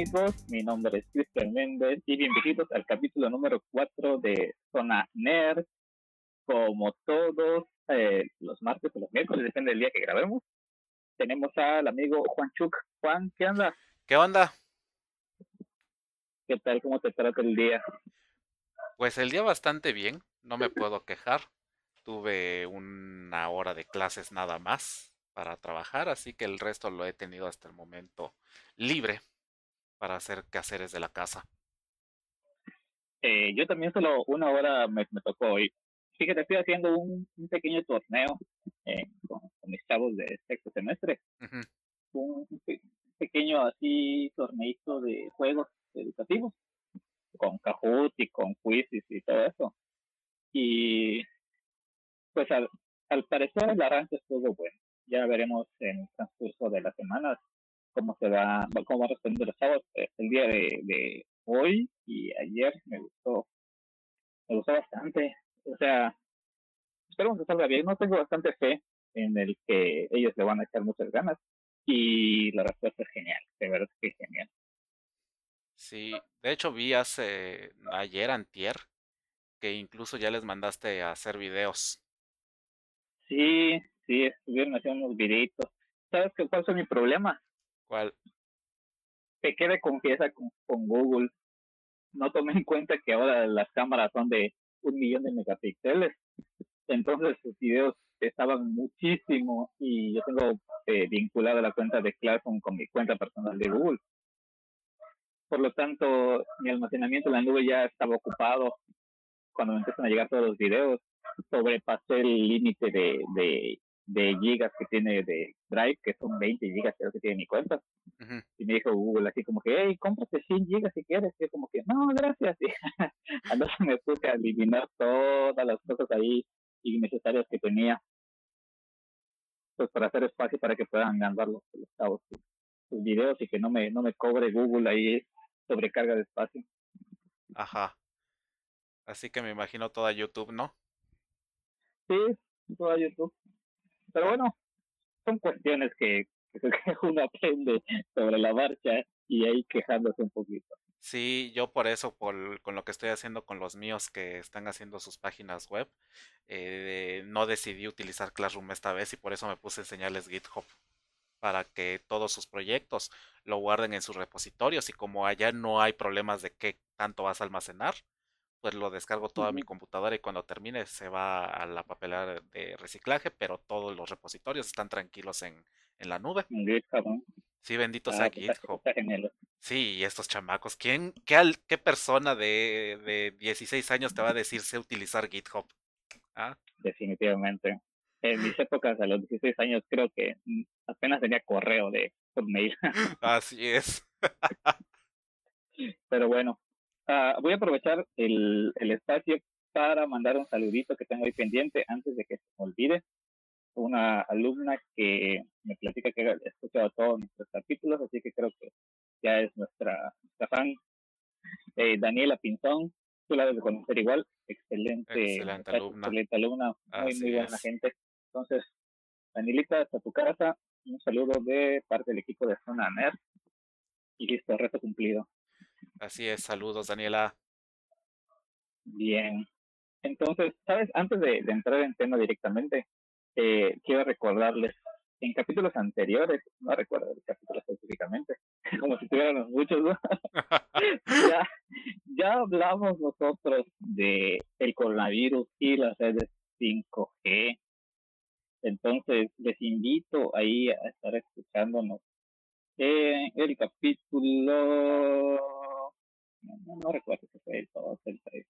amigos? Mi nombre es Cristian Méndez y bienvenidos al capítulo número 4 de Zona Nerd. Como todos los martes o los miércoles, depende del día que grabemos, tenemos al amigo Juan Chuk. Juan, ¿qué onda? ¿Qué onda? ¿Qué tal? ¿Cómo te trata el día? Pues el día bastante bien, no me puedo quejar. Tuve una hora de clases nada más para trabajar, así que el resto lo he tenido hasta el momento libre para hacer quehaceres de la casa. Yo también solo una hora me tocó hoy. Fíjate, estoy haciendo un pequeño torneo con mis chavos de sexto semestre. Ujú. Un pequeño así torneito de juegos educativos con Kahoot y con quizzes y todo eso. Y pues al parecer el arranque estuvo bueno. Ya veremos en el transcurso de las semanas cómo va respondiendo los chavos. El día de hoy y ayer me gustó bastante. O sea, esperemos que salga bien. No tengo bastante fe en el que ellos le van a echar muchas ganas. Y la respuesta es genial, de verdad que es genial. Sí, de hecho vi ayer antier que incluso ya les mandaste a hacer videos. Sí, sí, estuvieron haciendo unos videitos. ¿Sabes cuál fue mi problema? ¿Cuál? Pequé de confianza con Google. No tomé en cuenta que ahora las cámaras son de 1 millón de megapíxeles. Entonces sus videos pesaban muchísimo y yo tengo vinculada la cuenta de Classroom con mi cuenta personal de Google. Por lo tanto, mi almacenamiento en la nube ya estaba ocupado cuando me empiezan a llegar todos los videos. Sobrepasé el límite de gigas que tiene de Drive, que son 20 gigas creo que tiene mi cuenta. Ujú. Y me dijo Google así como que, hey, cómprate 100 gigas si quieres. Y yo como que, no, gracias. Y entonces me puse a eliminar todas las cosas ahí innecesarias que tenía, pues para hacer espacio para que puedan ganar los chavos sus videos y que no me cobre Google ahí sobrecarga de espacio. Ajá. Así que me imagino toda YouTube, ¿no? Sí, todo YouTube. Pero Ah, bueno, son cuestiones que uno aprende sobre la marcha y ahí quejándose un poquito. sí, yo por eso, con lo que estoy haciendo con los míos que están haciendo sus páginas web, no decidí utilizar Classroom esta vez y por eso me puse a enseñarles GitHub para que todos sus proyectos lo guarden en sus repositorios y como allá no hay problemas de qué tanto vas a almacenar, pues lo descargo todo a mi Uh-huh. computadora y cuando termine se va a la papelera de reciclaje, pero todos los repositorios están tranquilos en la nube. En GitHub, ¿no? Sí, bendito sea Ah, pues GitHub. está genial. Sí, y estos chamacos, qué persona de 16 años te va a decirse utilizar GitHub? ¿Ah? Definitivamente. En mis épocas, a los 16 años, creo que apenas tenía correo de por mail. Así es. Pero bueno, voy a aprovechar el espacio para mandar un saludito que tengo ahí pendiente antes de que se me olvide. Una alumna que me platica que ha escuchado todos nuestros capítulos, así que creo que ya es nuestra fan. Daniela Pinzón, tú la debes conocer igual, excelente Excelente muchacha, alumna. excelente alumna, muy, muy Así buena es. gente. Entonces, Danielita, hasta tu casa, un saludo de parte del equipo de Zona Nerd y listo, reto cumplido. Así es. Saludos, Daniela. Bien. Entonces, ¿sabes? Antes de entrar en tema directamente, quiero recordarles, en capítulos anteriores, no recuerdo el capítulo específicamente, como si tuviéramos muchos, ¿no? ya, ya hablamos nosotros de el coronavirus y las redes 5G. Entonces, les invito ahí a estar escuchándonos en el capítulo, no recuerdo si fue el 2, el 3,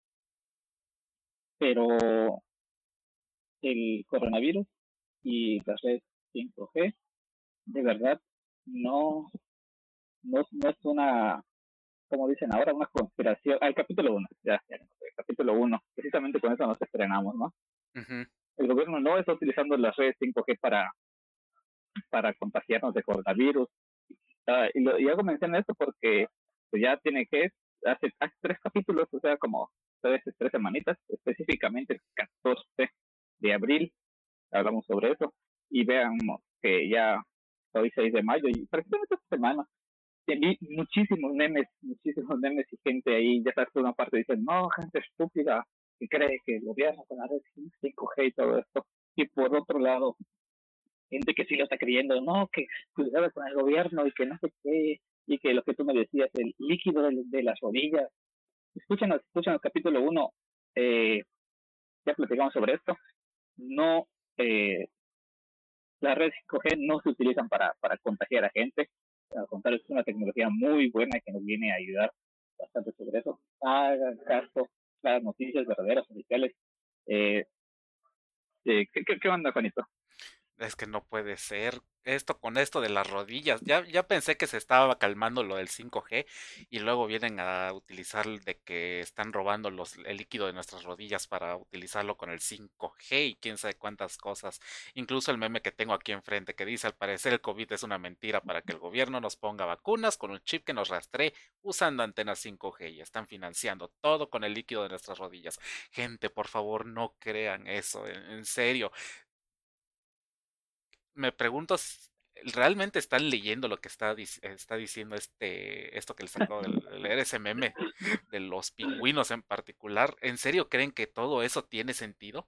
pero el coronavirus y las redes 5G, de verdad, no, no es una, como dicen ahora, una conspiración. Al capítulo 1, ya, el capítulo 1, precisamente con eso nos estrenamos, ¿no? Ujú. El gobierno no está utilizando las redes 5G para contagiarnos de coronavirus. Y hago mención a esto porque pues ya tiene que, hace 3 capítulos, o sea, como 3 semanitas, específicamente el 14 de abril, hablamos sobre eso. Y veamos que ya hoy 6 de mayo y prácticamente esta semana vi muchísimos memes y gente ahí, ya sabes, por una parte dicen, no, gente estúpida que cree que el gobierno con la red 5G y todo esto. Y por otro lado, gente que sí lo está creyendo, no, que cuidado con el gobierno y que no sé qué, y que lo que tú me decías, el líquido de las rodillas. Escúchanos capítulo 1, ya platicamos sobre esto. No, eh, las redes 5G no se utilizan para contagiar a gente. Al contrario, es una tecnología muy buena que nos viene a ayudar bastante sobre eso. Hagan caso a las noticias verdaderas, oficiales. Eh, ¿Qué onda, Juanito? Es que no puede ser. Esto con esto de las rodillas. Ya pensé que se estaba calmando lo del 5G y luego vienen a utilizar de que están robando el líquido de nuestras rodillas para utilizarlo con el 5G y quién sabe cuántas cosas. Incluso el meme que tengo aquí enfrente que dice al parecer el COVID es una mentira para que el gobierno nos ponga vacunas con un chip que nos rastree usando antenas 5G y están financiando todo con el líquido de nuestras rodillas. Gente, por favor, no crean eso, en serio me pregunto, ¿realmente están leyendo lo que está diciendo esto que les acabo de leer, ese meme de los pingüinos en particular? ¿En serio creen que todo eso tiene sentido?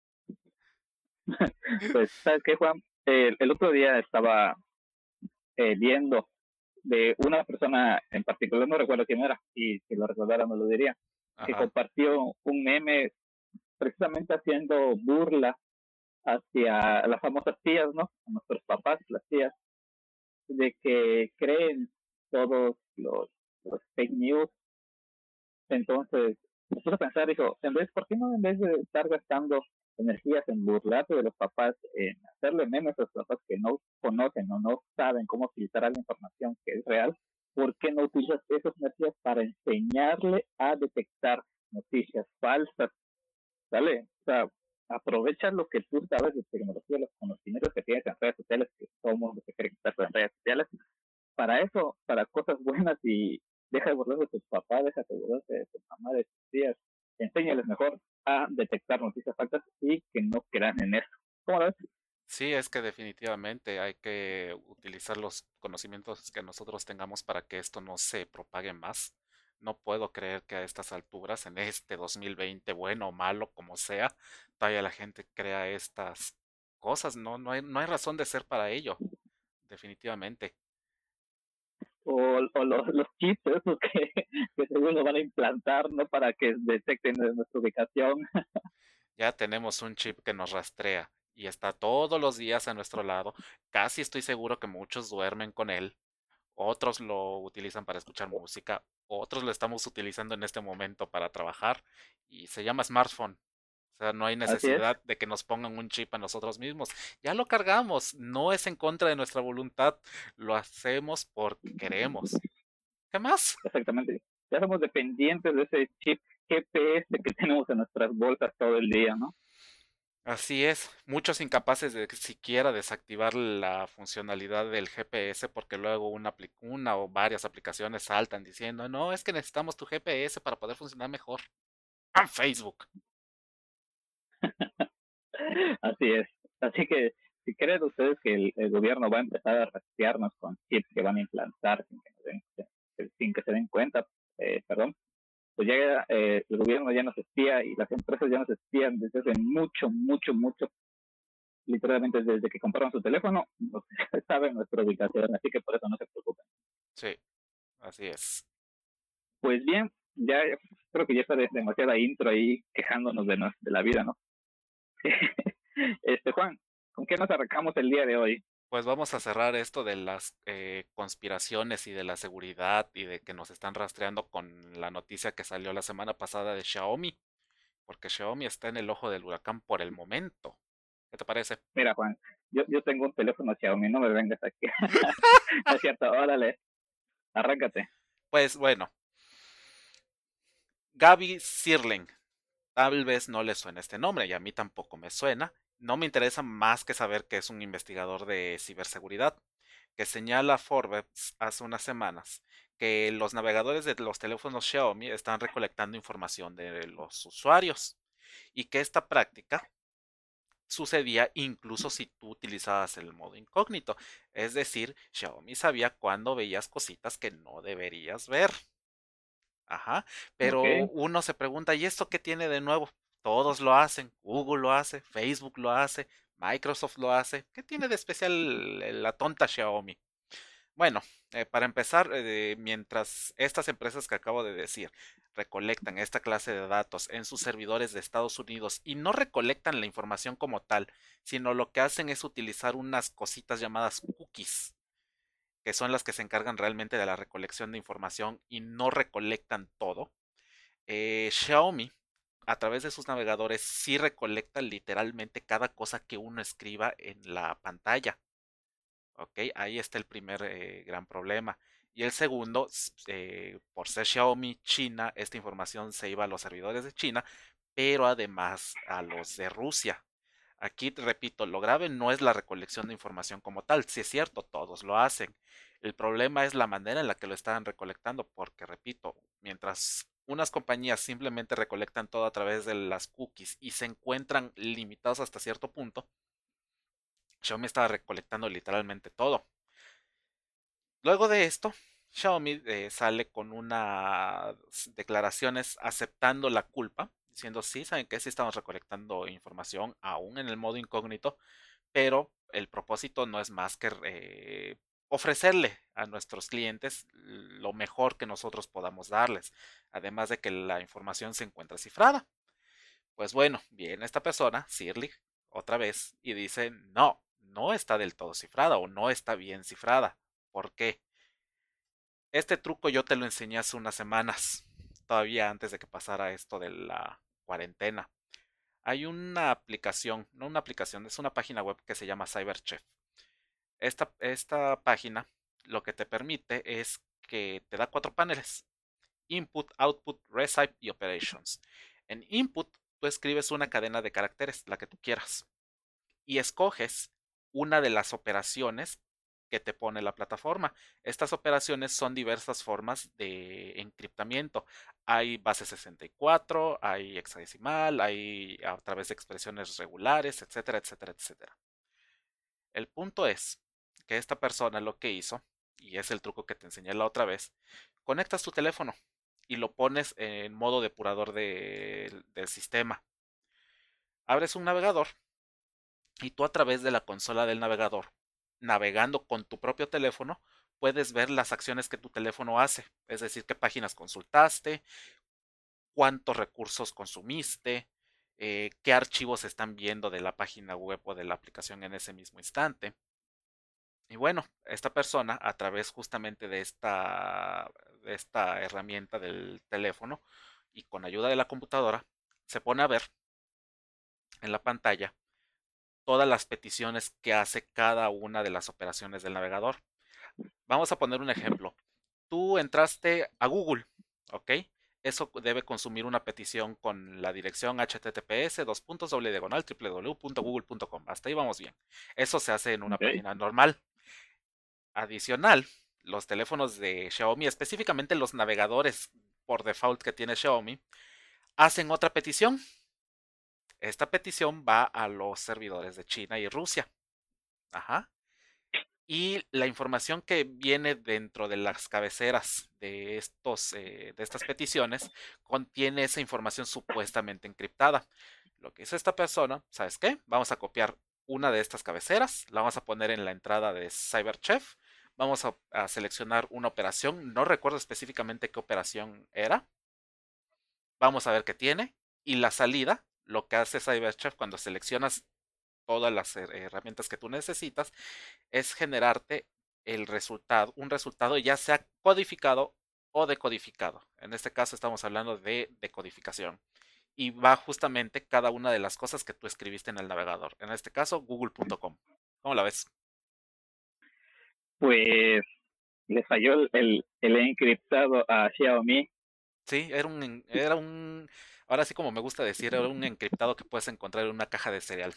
Pues, ¿sabes qué, Juan? El otro día estaba viendo de una persona en particular, no recuerdo quién era, y si lo recordara no lo diría, que Ajá, compartió un meme precisamente haciendo burla hacia las famosas tías, ¿no? A nuestros papás, las tías, de que creen todos los fake news. Entonces, me puse a pensar, dijo, ¿por qué no en vez de estar gastando energías en burlarse de los papás, en hacerle memes a los papás que no conocen o no saben cómo filtrar la información que es real? ¿Por qué no utilizas esas energías para enseñarle a detectar noticias falsas? ¿Sale? O sea, aprovecha lo que tú sabes de tecnología, los conocimientos que tienes en redes sociales, que todo el mundo se cree experto en redes sociales, para eso, para cosas buenas, y deja de burlarse de tus papás, deja de burlarse de tu mamá, de tus tías, enséñales mejor a detectar noticias falsas y que no crean en eso. ¿Cómo lo ves? sí, es que definitivamente hay que utilizar los conocimientos que nosotros tengamos para que esto no se propague más. No puedo creer que a estas alturas, en este 2020, bueno o malo, como sea, todavía la gente crea estas cosas. No hay razón de ser para ello, definitivamente. O los chips esos que seguro lo van a implantar, ¿no? Para que detecten nuestra ubicación. Ya tenemos un chip que nos rastrea y está todos los días a nuestro lado. Casi estoy seguro que muchos duermen con él, otros lo utilizan para escuchar música, otros lo estamos utilizando en este momento para trabajar y se llama smartphone. O sea, no hay Así es, necesidad de que nos pongan un chip a nosotros mismos. Ya lo cargamos, no es en contra de nuestra voluntad, lo hacemos porque queremos. ¿Qué más? exactamente. Ya somos dependientes de ese chip GPS que tenemos en nuestras bolsas todo el día, ¿no? Así es, muchos incapaces de siquiera desactivar la funcionalidad del GPS porque luego una o varias aplicaciones saltan diciendo, no, es que necesitamos tu GPS para poder funcionar mejor. ¡Ah, Facebook! Así es. Así que si creen ustedes que el gobierno va a empezar a rastrearnos con chips que van a implantar sin que se den cuenta, perdón, pues ya el gobierno ya nos espía y las empresas ya nos espían desde hace mucho, literalmente desde que compraron su teléfono, nos saben nuestra ubicación, así que por eso no se preocupen. Sí, así es. Pues bien, ya creo que ya está demasiada intro ahí quejándonos de la vida, ¿no? Juan, ¿con qué nos arrancamos el día de hoy? Pues vamos a cerrar esto de las conspiraciones y de la seguridad y de que nos están rastreando con la noticia que salió la semana pasada de Xiaomi, porque Xiaomi está en el ojo del huracán por el momento. ¿Qué te parece? Mira, Juan, yo tengo un teléfono Xiaomi, no me vengas aquí. No es cierto, órale, arráncate. Pues bueno, Gaby Sirling, tal vez no le suene este nombre y a mí tampoco me suena. No me interesa más que saber que es un investigador de ciberseguridad, que señala a Forbes hace unas semanas que los navegadores de los teléfonos Xiaomi están recolectando información de los usuarios y que esta práctica sucedía incluso si tú utilizabas el modo incógnito. Es decir, Xiaomi sabía cuándo veías cositas que no deberías ver. Ajá. Ok, Pero uno se pregunta, ¿y esto qué tiene de nuevo? Todos lo hacen, Google lo hace, Facebook lo hace, Microsoft lo hace. ¿Qué tiene de especial la tonta Xiaomi? Bueno, para empezar, mientras estas empresas que acabo de decir recolectan esta clase de datos en sus servidores de Estados Unidos y no recolectan la información como tal, sino lo que hacen es utilizar unas cositas llamadas cookies, que son las que se encargan realmente de la recolección de información y no recolectan todo. Xiaomi, a través de sus navegadores, sí recolecta literalmente cada cosa que uno escriba en la pantalla. Ok, ahí está el primer gran problema. Y el segundo, por ser Xiaomi China, esta información se iba a los servidores de China, pero además a los de Rusia. Aquí, repito, lo grave no es la recolección de información como tal, si es cierto, todos lo hacen. El problema es la manera en la que lo están recolectando, porque, repito, mientras unas compañías simplemente recolectan todo a través de las cookies y se encuentran limitados hasta cierto punto, Xiaomi estaba recolectando literalmente todo. Luego de esto, Xiaomi sale con unas declaraciones aceptando la culpa, diciendo sí, saben que sí estamos recolectando información aún en el modo incógnito, pero el propósito no es más que ofrecerle a nuestros clientes lo mejor que nosotros podamos darles, además de que la información se encuentra cifrada. Pues bueno, viene esta persona, Sirlik, otra vez, y dice, no, no está del todo cifrada o no está bien cifrada. ¿Por qué? Este truco yo te lo enseñé hace unas semanas, todavía antes de que pasara esto de la cuarentena. Hay una aplicación, no una aplicación, es una página web que se llama CyberChef. Esta página lo que te permite es que te da cuatro paneles: Input, Output, Recipe y Operations. En Input tú escribes una cadena de caracteres, la que tú quieras, y escoges una de las operaciones que te pone la plataforma. Estas operaciones son diversas formas de encriptamiento. Hay base 64, hay hexadecimal, hay a través de expresiones regulares, etcétera, etcétera, etcétera. El punto es que esta persona lo que hizo, y es el truco que te enseñé la otra vez, conectas tu teléfono y lo pones en modo depurador del sistema. Abres un navegador y tú, a través de la consola del navegador, navegando con tu propio teléfono, puedes ver las acciones que tu teléfono hace, es decir, qué páginas consultaste, cuántos recursos consumiste, qué archivos están viendo de la página web o de la aplicación en ese mismo instante. Y bueno, esta persona, a través justamente de esta herramienta del teléfono y con ayuda de la computadora, se pone a ver en la pantalla todas las peticiones que hace cada una de las operaciones del navegador. Vamos a poner un ejemplo. Tú entraste a Google, ¿ok? Eso debe consumir una petición con la dirección https://www.google.com. Hasta ahí vamos bien. Eso se hace en una ok. página normal. Adicional, los teléfonos de Xiaomi, específicamente los navegadores por default que tiene Xiaomi, hacen otra petición. Esta petición va a los servidores de China y Rusia. Ajá. Y la información que viene dentro de las cabeceras de estas peticiones contiene esa información supuestamente encriptada. Lo que hizo esta persona, ¿sabes qué? Vamos a copiar una de estas cabeceras, la vamos a poner en la entrada de CyberChef, vamos a seleccionar una operación, no recuerdo específicamente qué operación era, vamos a ver qué tiene, y la salida, lo que hace CyberChef cuando seleccionas todas las herramientas que tú necesitas, es generarte un resultado ya sea codificado o decodificado. En este caso estamos hablando de decodificación. Y va justamente cada una de las cosas que tú escribiste en el navegador. En este caso, google.com. ¿Cómo la ves? Pues le falló el encriptado a Xiaomi. Sí, ahora sí, como me gusta decir, era un encriptado que puedes encontrar en una caja de cereal.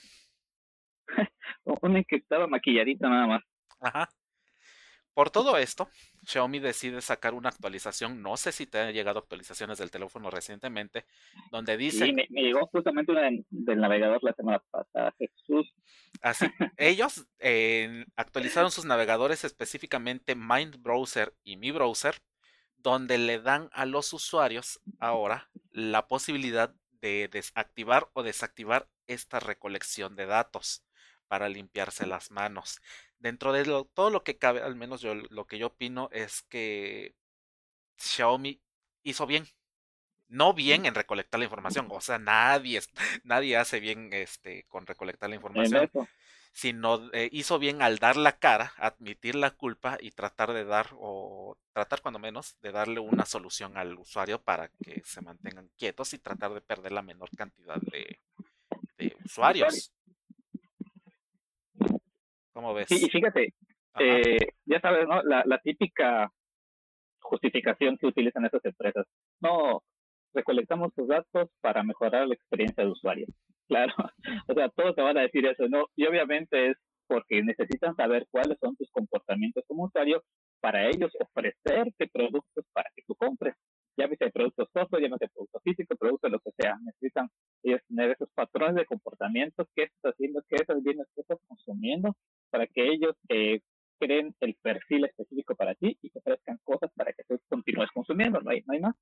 Un encriptado maquilladito nada más. Ajá. Por todo esto, Xiaomi decide sacar una actualización, no sé si te han llegado actualizaciones del teléfono recientemente, donde Sí, dicen, me llegó justamente una del navegador la semana pasada. Jesús. así, ellos actualizaron sus navegadores, específicamente Mind Browser y Mi Browser, donde le dan a los usuarios ahora la posibilidad de desactivar o desactivar esta recolección de datos para limpiarse las manos. Dentro de todo lo que cabe, al menos yo lo que yo opino es que Xiaomi hizo bien. No bien en recolectar la información, o sea, nadie hace bien con recolectar la En información, eso. sino hizo bien al dar la cara, admitir la culpa y tratar de dar, o tratar cuando menos, de darle una solución al usuario para que se mantengan quietos y tratar de perder la menor cantidad de Usuario. usuarios. ¿Cómo Sí, y ves? fíjate, Ajá. ya sabes, ¿no? La típica justificación que utilizan estas empresas. No, recolectamos tus datos para mejorar la experiencia de usuario. Claro, o sea, todos te van a decir eso, ¿no? Y obviamente es porque necesitan saber cuáles son tus comportamientos como usuario para ellos ofrecerte productos para que tú compres. Llámese productos software, llámese producto físico, producto lo que sea. Necesitan ellos tener esos patrones de comportamientos, qué estás haciendo, qué estás viendo, qué estás consumiendo, para que ellos creen el perfil específico para ti y te ofrezcan cosas para que tú continúes consumiendo, no hay más.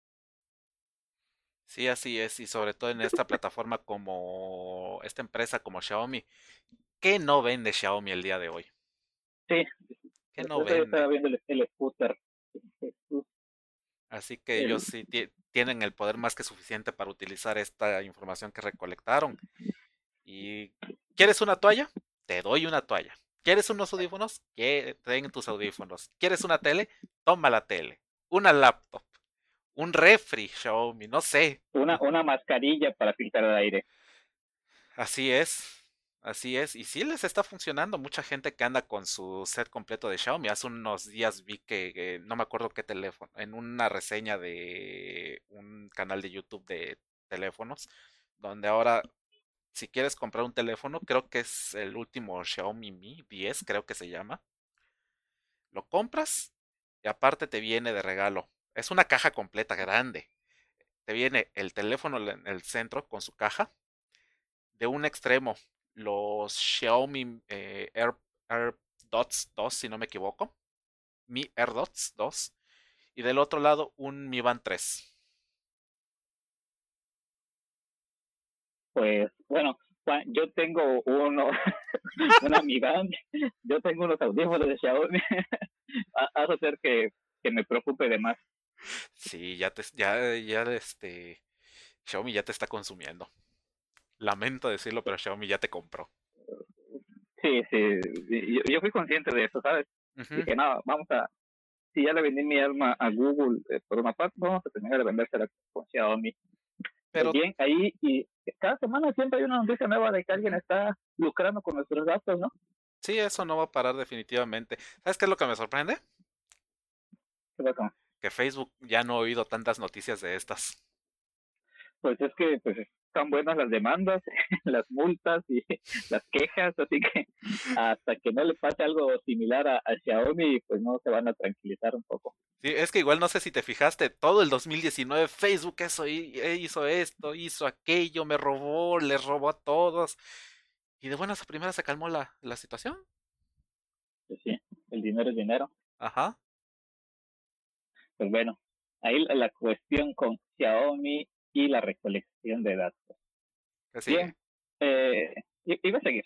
Sí, así es, y sobre todo en esta plataforma como esta empresa como Xiaomi, ¿qué no vende Xiaomi el día de hoy? Sí, ¿Qué no después yo estaba vende? viendo el scooter, Así que ellos el, sí tienen el poder más que suficiente para utilizar esta información que recolectaron. ¿Y quieres una toalla? Te doy una toalla. ¿Quieres unos audífonos? Que ten tus audífonos. ¿Quieres una tele? Toma la tele. Una laptop. Un refri, Xiaomi, no sé. una mascarilla para filtrar el aire. Así es. Así es. Y sí les está funcionando. Mucha gente que anda con su set completo de Xiaomi. Hace unos días vi que no me acuerdo qué teléfono, en una reseña de un canal de YouTube de teléfonos, donde ahora si quieres comprar un teléfono, creo que es el último Xiaomi Mi 10, creo que se llama. Lo compras y aparte te viene de regalo. Es una caja completa grande. Te viene el teléfono en el centro con su caja. De un extremo, los Xiaomi AirDots 2, si no me equivoco. Mi AirDots 2. Y del otro lado, un Mi Band 3. Pues bueno, Juan, yo tengo una Mi Band, yo tengo unos audífonos de Xiaomi, hace ser que me preocupe de más. Sí, Xiaomi ya te está consumiendo. Lamento decirlo, pero Xiaomi ya te compró. Sí, sí, yo fui consciente de eso, ¿sabes? Ujú. Dije, no, si ya le vendí mi alma a Google por una parte, vamos a terminar de vendérsela con Xiaomi. Pues Pero bien, ahí y cada semana siempre hay una noticia nueva de que alguien está lucrando con nuestros datos, ¿no? sí, eso no va a parar definitivamente. ¿Sabes qué es lo que me sorprende? Que Facebook ya no he oído tantas noticias de estas. Pues es que pues están buenas las demandas, las multas y las quejas, así que hasta que no le pase algo similar a Xiaomi, pues no se van a tranquilizar un poco. Sí, es que igual no sé si te fijaste, todo el 2019 Facebook hizo esto, hizo aquello, me robó, les robó a todos. Y de buenas a primeras se calmó la situación. Pues sí, el dinero es dinero. Ajá. Pues bueno, ahí la cuestión con Xiaomi y la recolección de datos. ¿Qué sigue? Bien, iba a seguir.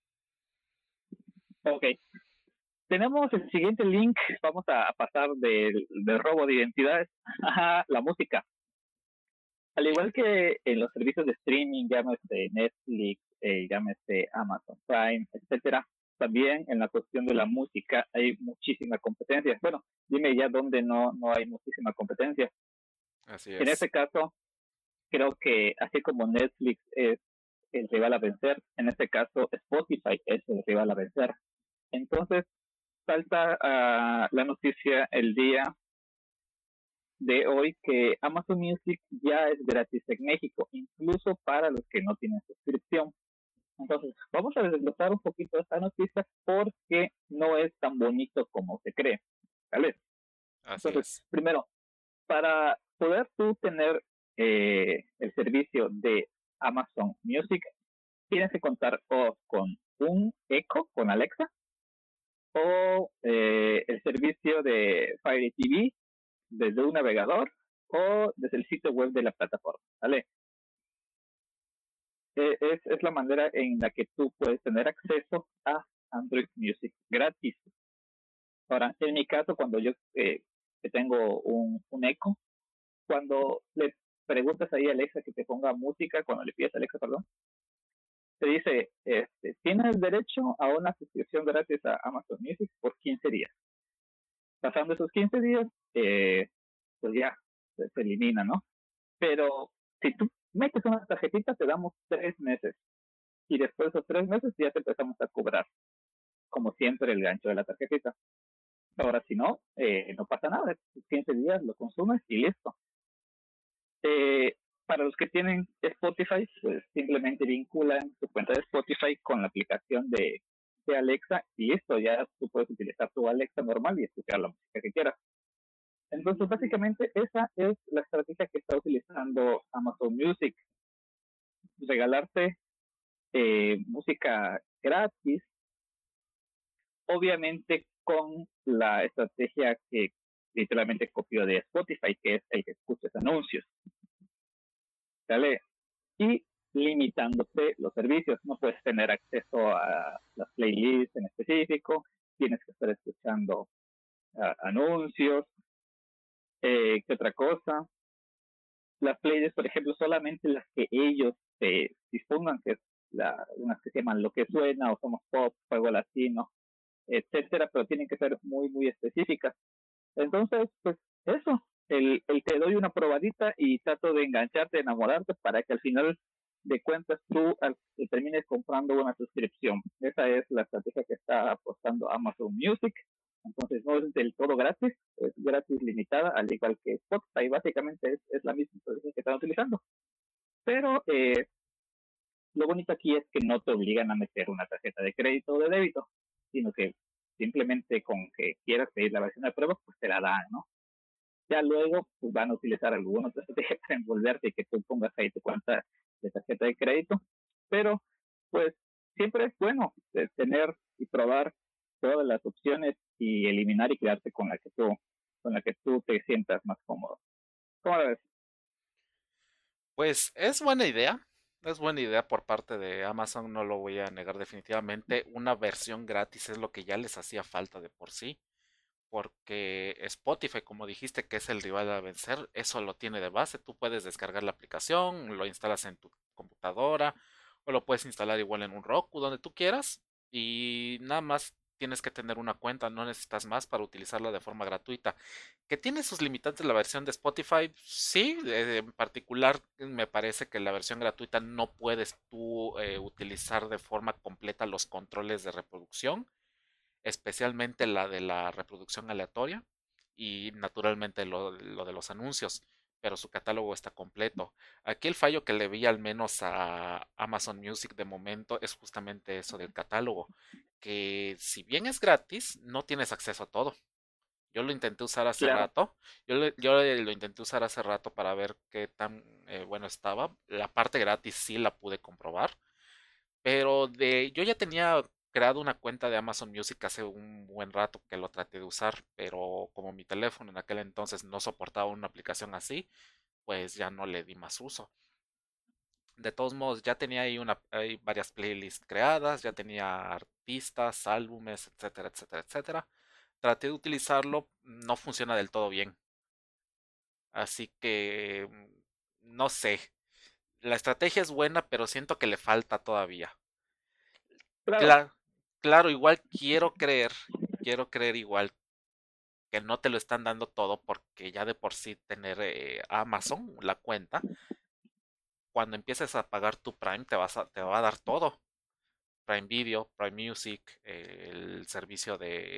Ok, tenemos el siguiente link. Vamos a pasar del robo de identidades a la música. Al Bien. igual que en los servicios de streaming, llámese Netflix, llámese Amazon Prime, etcétera, también en la cuestión de la música hay muchísima competencia. Bueno, dime ya dónde no hay muchísima competencia. Así En es. este caso, creo que así como Netflix es el rival a vencer, en este caso Spotify es el rival a vencer. Entonces, salta la noticia el día de hoy que Amazon Music ya es gratis en México, incluso para los que no tienen suscripción. Entonces, vamos a desglosar un poquito esta noticia porque no es tan bonito como se cree. ¿vale? Así Entonces, es. primero, para poder tú tener el servicio de Amazon Music, tienes que contar o con un Echo, con Alexa, o el servicio de Fire TV desde un navegador o desde el sitio web de la plataforma, ¿vale? Es la manera en la que tú puedes tener acceso a Android Music gratis. Ahora, en mi caso, cuando yo que tengo un Echo, cuando le preguntas ahí a Alexa que te ponga música, cuando le pides a Alexa, perdón, te dice, tienes derecho a una suscripción gratis a Amazon Music por 15 días. Pasando esos 15 días, pues ya se elimina, ¿no? Pero si tú metes una tarjetita, te damos 3 meses. Y después de esos 3 meses ya te empezamos a cobrar, como siempre, el gancho de la tarjetita. Ahora, si no, no pasa nada. 15 días lo consumes y listo. Para los que tienen Spotify, pues simplemente vinculan su cuenta de Spotify con la aplicación de Alexa y listo, ya tú puedes utilizar tu Alexa normal y escuchar la música que quieras. Entonces, básicamente, esa es la estrategia que está utilizando Amazon Music, regalarte música gratis, obviamente con la estrategia que literalmente copió de Spotify, que es el que escuches anuncios, ¿vale? Y limitándote los servicios. No puedes tener acceso a las playlists en específico, tienes que estar escuchando anuncios, ¿qué otra cosa? Las playlists, por ejemplo, solamente las que ellos dispongan, que es unas que se llaman Lo que suena o Somos Pop, Juego Latino, etcétera, pero tienen que ser muy, muy específicas. Entonces, pues eso, el te doy una probadita y trato de engancharte, enamorarte para que al final de cuentas tú termines comprando una suscripción. Esa es la estrategia que está apostando Amazon Music. Entonces no es del todo gratis, es gratis limitada, al igual que Spotify. Básicamente es la misma estrategia que están utilizando. Pero lo bonito aquí es que no te obligan a meter una tarjeta de crédito o de débito, sino que simplemente con que quieras pedir la versión de prueba, pues te la dan, ¿no? Ya luego pues, van a utilizar alguna otra estrategia para envolverte y que tú pongas ahí tu cuenta de tarjeta de crédito. Pero, pues, siempre es bueno tener y probar todas las opciones y eliminar y quedarte con la que tú te sientas más cómodo. ¿Cómo lo ves? Pues es buena idea por parte de Amazon, no lo voy a negar definitivamente. Una versión gratis es lo que ya les hacía falta de por sí, porque Spotify, como dijiste, que es el rival a vencer, eso lo tiene de base. Tú puedes descargar la aplicación, lo instalas en tu computadora o lo puedes instalar igual en un Roku, donde tú quieras, y nada más tienes que tener una cuenta, no necesitas más para utilizarla de forma gratuita. ¿Que tiene sus limitantes la versión de Spotify? Sí, en particular me parece que la versión gratuita no puedes tú utilizar de forma completa los controles de reproducción, especialmente la de la reproducción aleatoria y naturalmente lo de los anuncios, pero su catálogo está completo. Aquí el fallo que le vi al menos a Amazon Music de momento es justamente eso del catálogo, que si bien es gratis, no tienes acceso a todo. Yo lo intenté usar hace Claro, rato, lo intenté usar hace rato para ver qué tan bueno estaba. La parte gratis sí la pude comprobar, pero yo ya tenía creado una cuenta de Amazon Music hace un buen rato que lo traté de usar, pero como mi teléfono en aquel entonces no soportaba una aplicación así, pues ya no le di más uso. De todos modos, ya tenía ahí varias playlists creadas, ya tenía artistas, álbumes, etcétera, etcétera, etcétera. Traté de utilizarlo, no funciona del todo bien. Así que, no sé. La estrategia es buena, pero siento que le falta todavía. claro, Claro, claro, igual quiero creer igual que no te lo están dando todo porque ya de por sí tener Amazon, la cuenta, cuando empieces a pagar tu Prime te va a dar todo. Prime Video, Prime Music, el servicio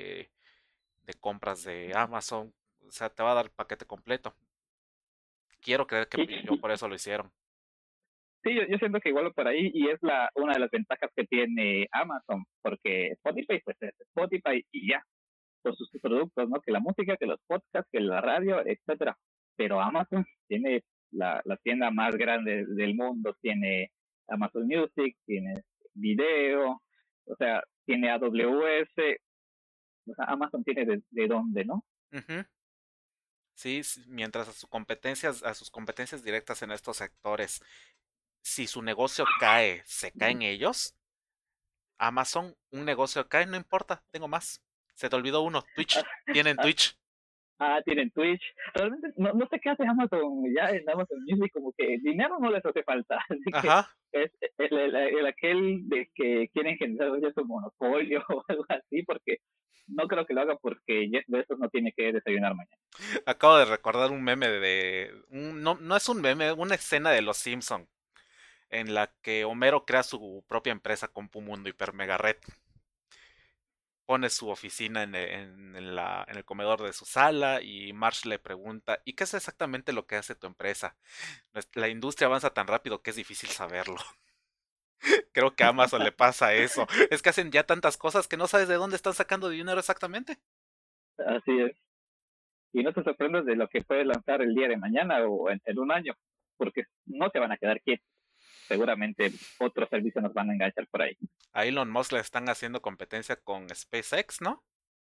de compras de Amazon, o sea, te va a dar el paquete completo. Quiero creer que yo sí, por eso lo hicieron. sí, yo siento que igual por ahí y es una de las ventajas que tiene Amazon, porque Spotify pues es Spotify y ya. por sus productos, ¿no? Que la música, que los podcasts, que la radio, etcétera. Pero Amazon tiene la tienda más grande del mundo, tiene Amazon Music, tiene video, o sea, tiene AWS, o sea, Amazon tiene de dónde, ¿no? Ujú. Sí, mientras a sus competencias directas en estos sectores, si su negocio cae, se caen ellos. Amazon, un negocio cae, no importa, tengo más. Se te olvidó uno, Twitch. Tienen Twitch. Tienen Twitch. Realmente no sé qué hace Amazon ya en Amazon Music, como que dinero no les hace falta. Así que Ajá. es el aquel de que quieren generar ya su monopolio o algo así, porque no creo que lo haga porque Jeff Bezos no tiene que desayunar mañana. Acabo de recordar un meme no, no es un meme, una escena de Los Simpson en la que Homero crea su propia empresa Compumundo Hiper Mega Red. Pone su oficina en el comedor de su sala y Marsh le pregunta, ¿y qué es exactamente lo que hace tu empresa? La industria avanza tan rápido que es difícil saberlo. Creo que a Amazon le pasa eso. Es que hacen ya tantas cosas que no sabes de dónde están sacando dinero exactamente. Así es. Y no te sorprendas de lo que puede lanzar el día de mañana o en un año, porque no se van a quedar quietos. Seguramente otros servicios nos van a enganchar por ahí. A Elon Musk le están haciendo competencia con SpaceX, ¿no?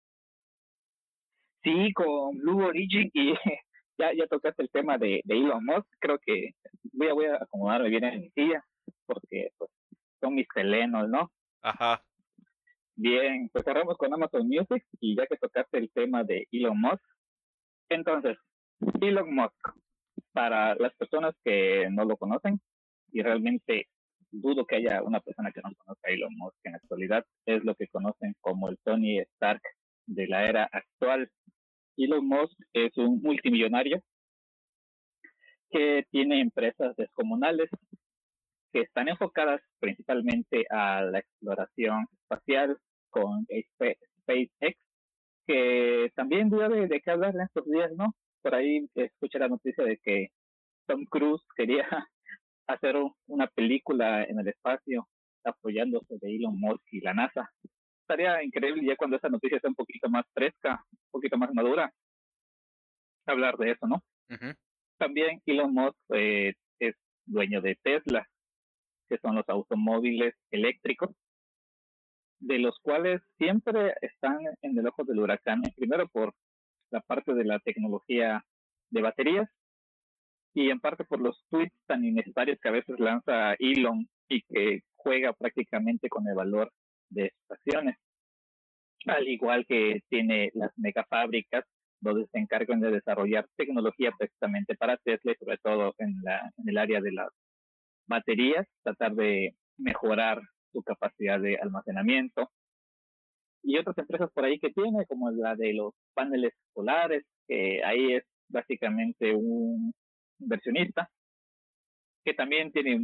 Sí, con Blue Origin y ya tocaste el tema de Elon Musk. Creo que voy a acomodarme bien en mi silla porque pues, son mis telenos, ¿no? Ajá. Bien, pues cerramos con Amazon Music y ya que tocaste el tema de Elon Musk, entonces, Elon Musk, para las personas que no lo conocen, y realmente dudo que haya una persona que no conozca a Elon Musk en la actualidad, es lo que conocen como el Tony Stark de la era actual. Elon Musk es un multimillonario que tiene empresas descomunales que están enfocadas principalmente a la exploración espacial con SpaceX, que también dio de qué hablar en estos días, ¿no? Por ahí escuché la noticia de que Tom Cruise quería hacer una película en el espacio apoyándose de Elon Musk y la NASA. Estaría increíble ya cuando esa noticia esté un poquito más fresca, un poquito más madura, hablar de eso, ¿no? Ujú. También Elon Musk es dueño de Tesla, que son los automóviles eléctricos, de los cuales siempre están en el ojo del huracán, primero por la parte de la tecnología de baterías y en parte por los tweets tan innecesarios que a veces lanza Elon y que juega prácticamente con el valor de estaciones, al igual que tiene las megafábricas donde se encargan de desarrollar tecnología precisamente para Tesla y sobre todo en el área de las baterías, tratar de mejorar su capacidad de almacenamiento y otras empresas por ahí que tiene, como la de los paneles solares, que ahí es básicamente un inversionista que también tiene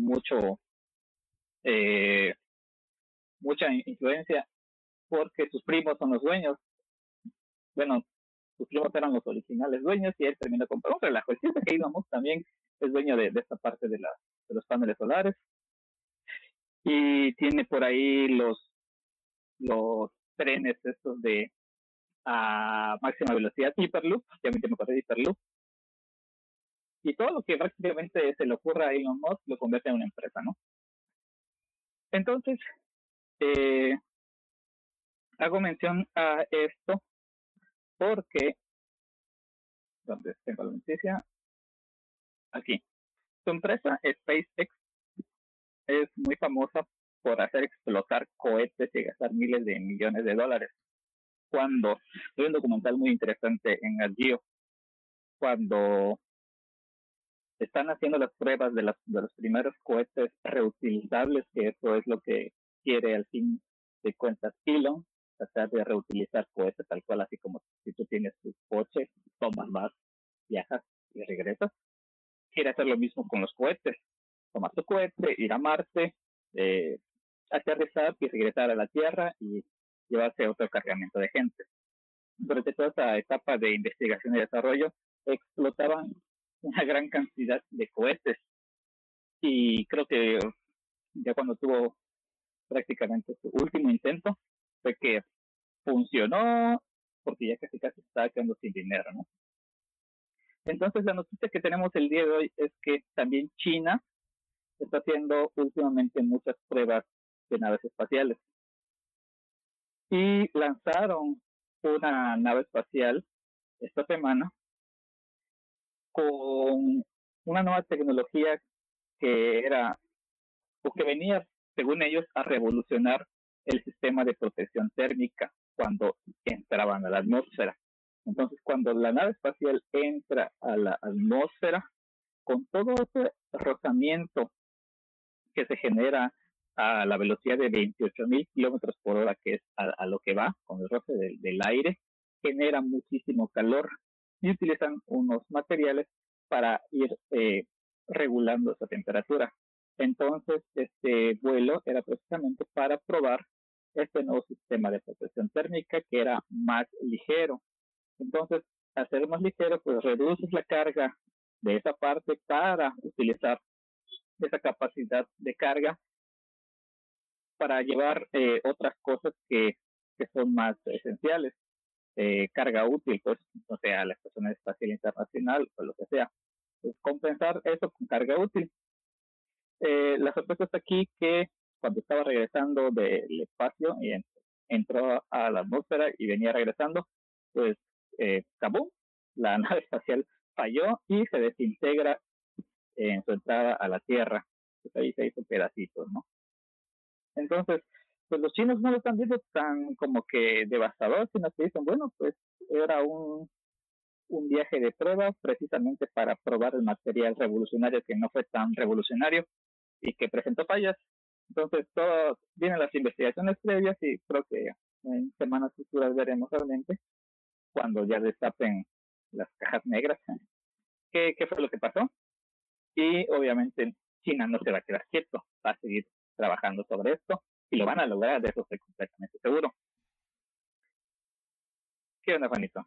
eh, mucha influencia porque sus primos son los dueños. Bueno, sus primos eran los originales dueños y él terminó comprando un relajo. El chiste que Elon Musk también es dueño de esta parte de los paneles solares y tiene por ahí los trenes estos de a máxima velocidad, Hyperloop, ya me acordé de Hyperloop, y todo lo que prácticamente se le ocurra a Elon Musk lo convierte en una empresa, ¿no? Entonces, eh, hago mención a esto porque, donde tengo la noticia, aquí, su empresa SpaceX es muy famosa por hacer explotar cohetes y gastar miles de millones de dólares. Cuando, hay un documental muy interesante en Agio, cuando están haciendo las pruebas de los primeros cohetes reutilizables, que eso es lo que quiere al fin de cuentas Elon, tratar de reutilizar cohetes tal cual, así como si tú tienes tu coche, tomas más, viajas y regresas. Quiere hacer lo mismo con los cohetes, tomar tu cohete, ir a Marte, eh, aterrizar y regresar a la Tierra y llevarse otro cargamento de gente. Durante toda esta etapa de investigación y desarrollo, explotaban una gran cantidad de cohetes y creo que ya cuando tuvo prácticamente su último intento fue que funcionó, porque ya casi casi se estaba quedando sin dinero, ¿no? Entonces la noticia que tenemos el día de hoy es que también China está haciendo últimamente muchas pruebas de naves espaciales y lanzaron una nave espacial esta semana con una nueva tecnología que era o que venía, según ellos, a revolucionar el sistema de protección térmica cuando entraban a la atmósfera. Entonces, cuando la nave espacial entra a la atmósfera, con todo ese rozamiento que se genera a la velocidad de 28,000 kilómetros por hora, que es a lo que va con el roce del aire, genera muchísimo calor y utilizan unos materiales para ir regulando esa temperatura. Entonces, este vuelo era precisamente para probar este nuevo sistema de protección térmica que era más ligero. Entonces, al ser más ligero, pues reduces la carga de esa parte para utilizar esa capacidad de carga para llevar otras cosas que son más esenciales, carga útil, pues, o sea, la Estación Espacial Internacional o lo que sea. Pues, compensar eso con carga útil. La sorpresa está aquí que cuando estaba regresando del espacio y entró a la atmósfera y venía regresando, pues, ¡cabum! La nave espacial falló y se desintegra en su entrada a la Tierra. Pues ahí se hizo pedacitos, ¿no? Entonces, pues los chinos no lo están viendo tan como que devastador, sino que dicen, bueno, pues era un viaje de prueba precisamente para probar el material revolucionario que no fue tan revolucionario y que presentó fallas. Entonces, todo vienen las investigaciones previas y creo que en semanas futuras veremos realmente cuando ya destapen las cajas negras qué fue lo que pasó. Y obviamente China no se va a quedar quieto, va a seguir trabajando sobre esto y lo van a lograr, de eso estoy completamente seguro. ¿Qué onda, Juanito?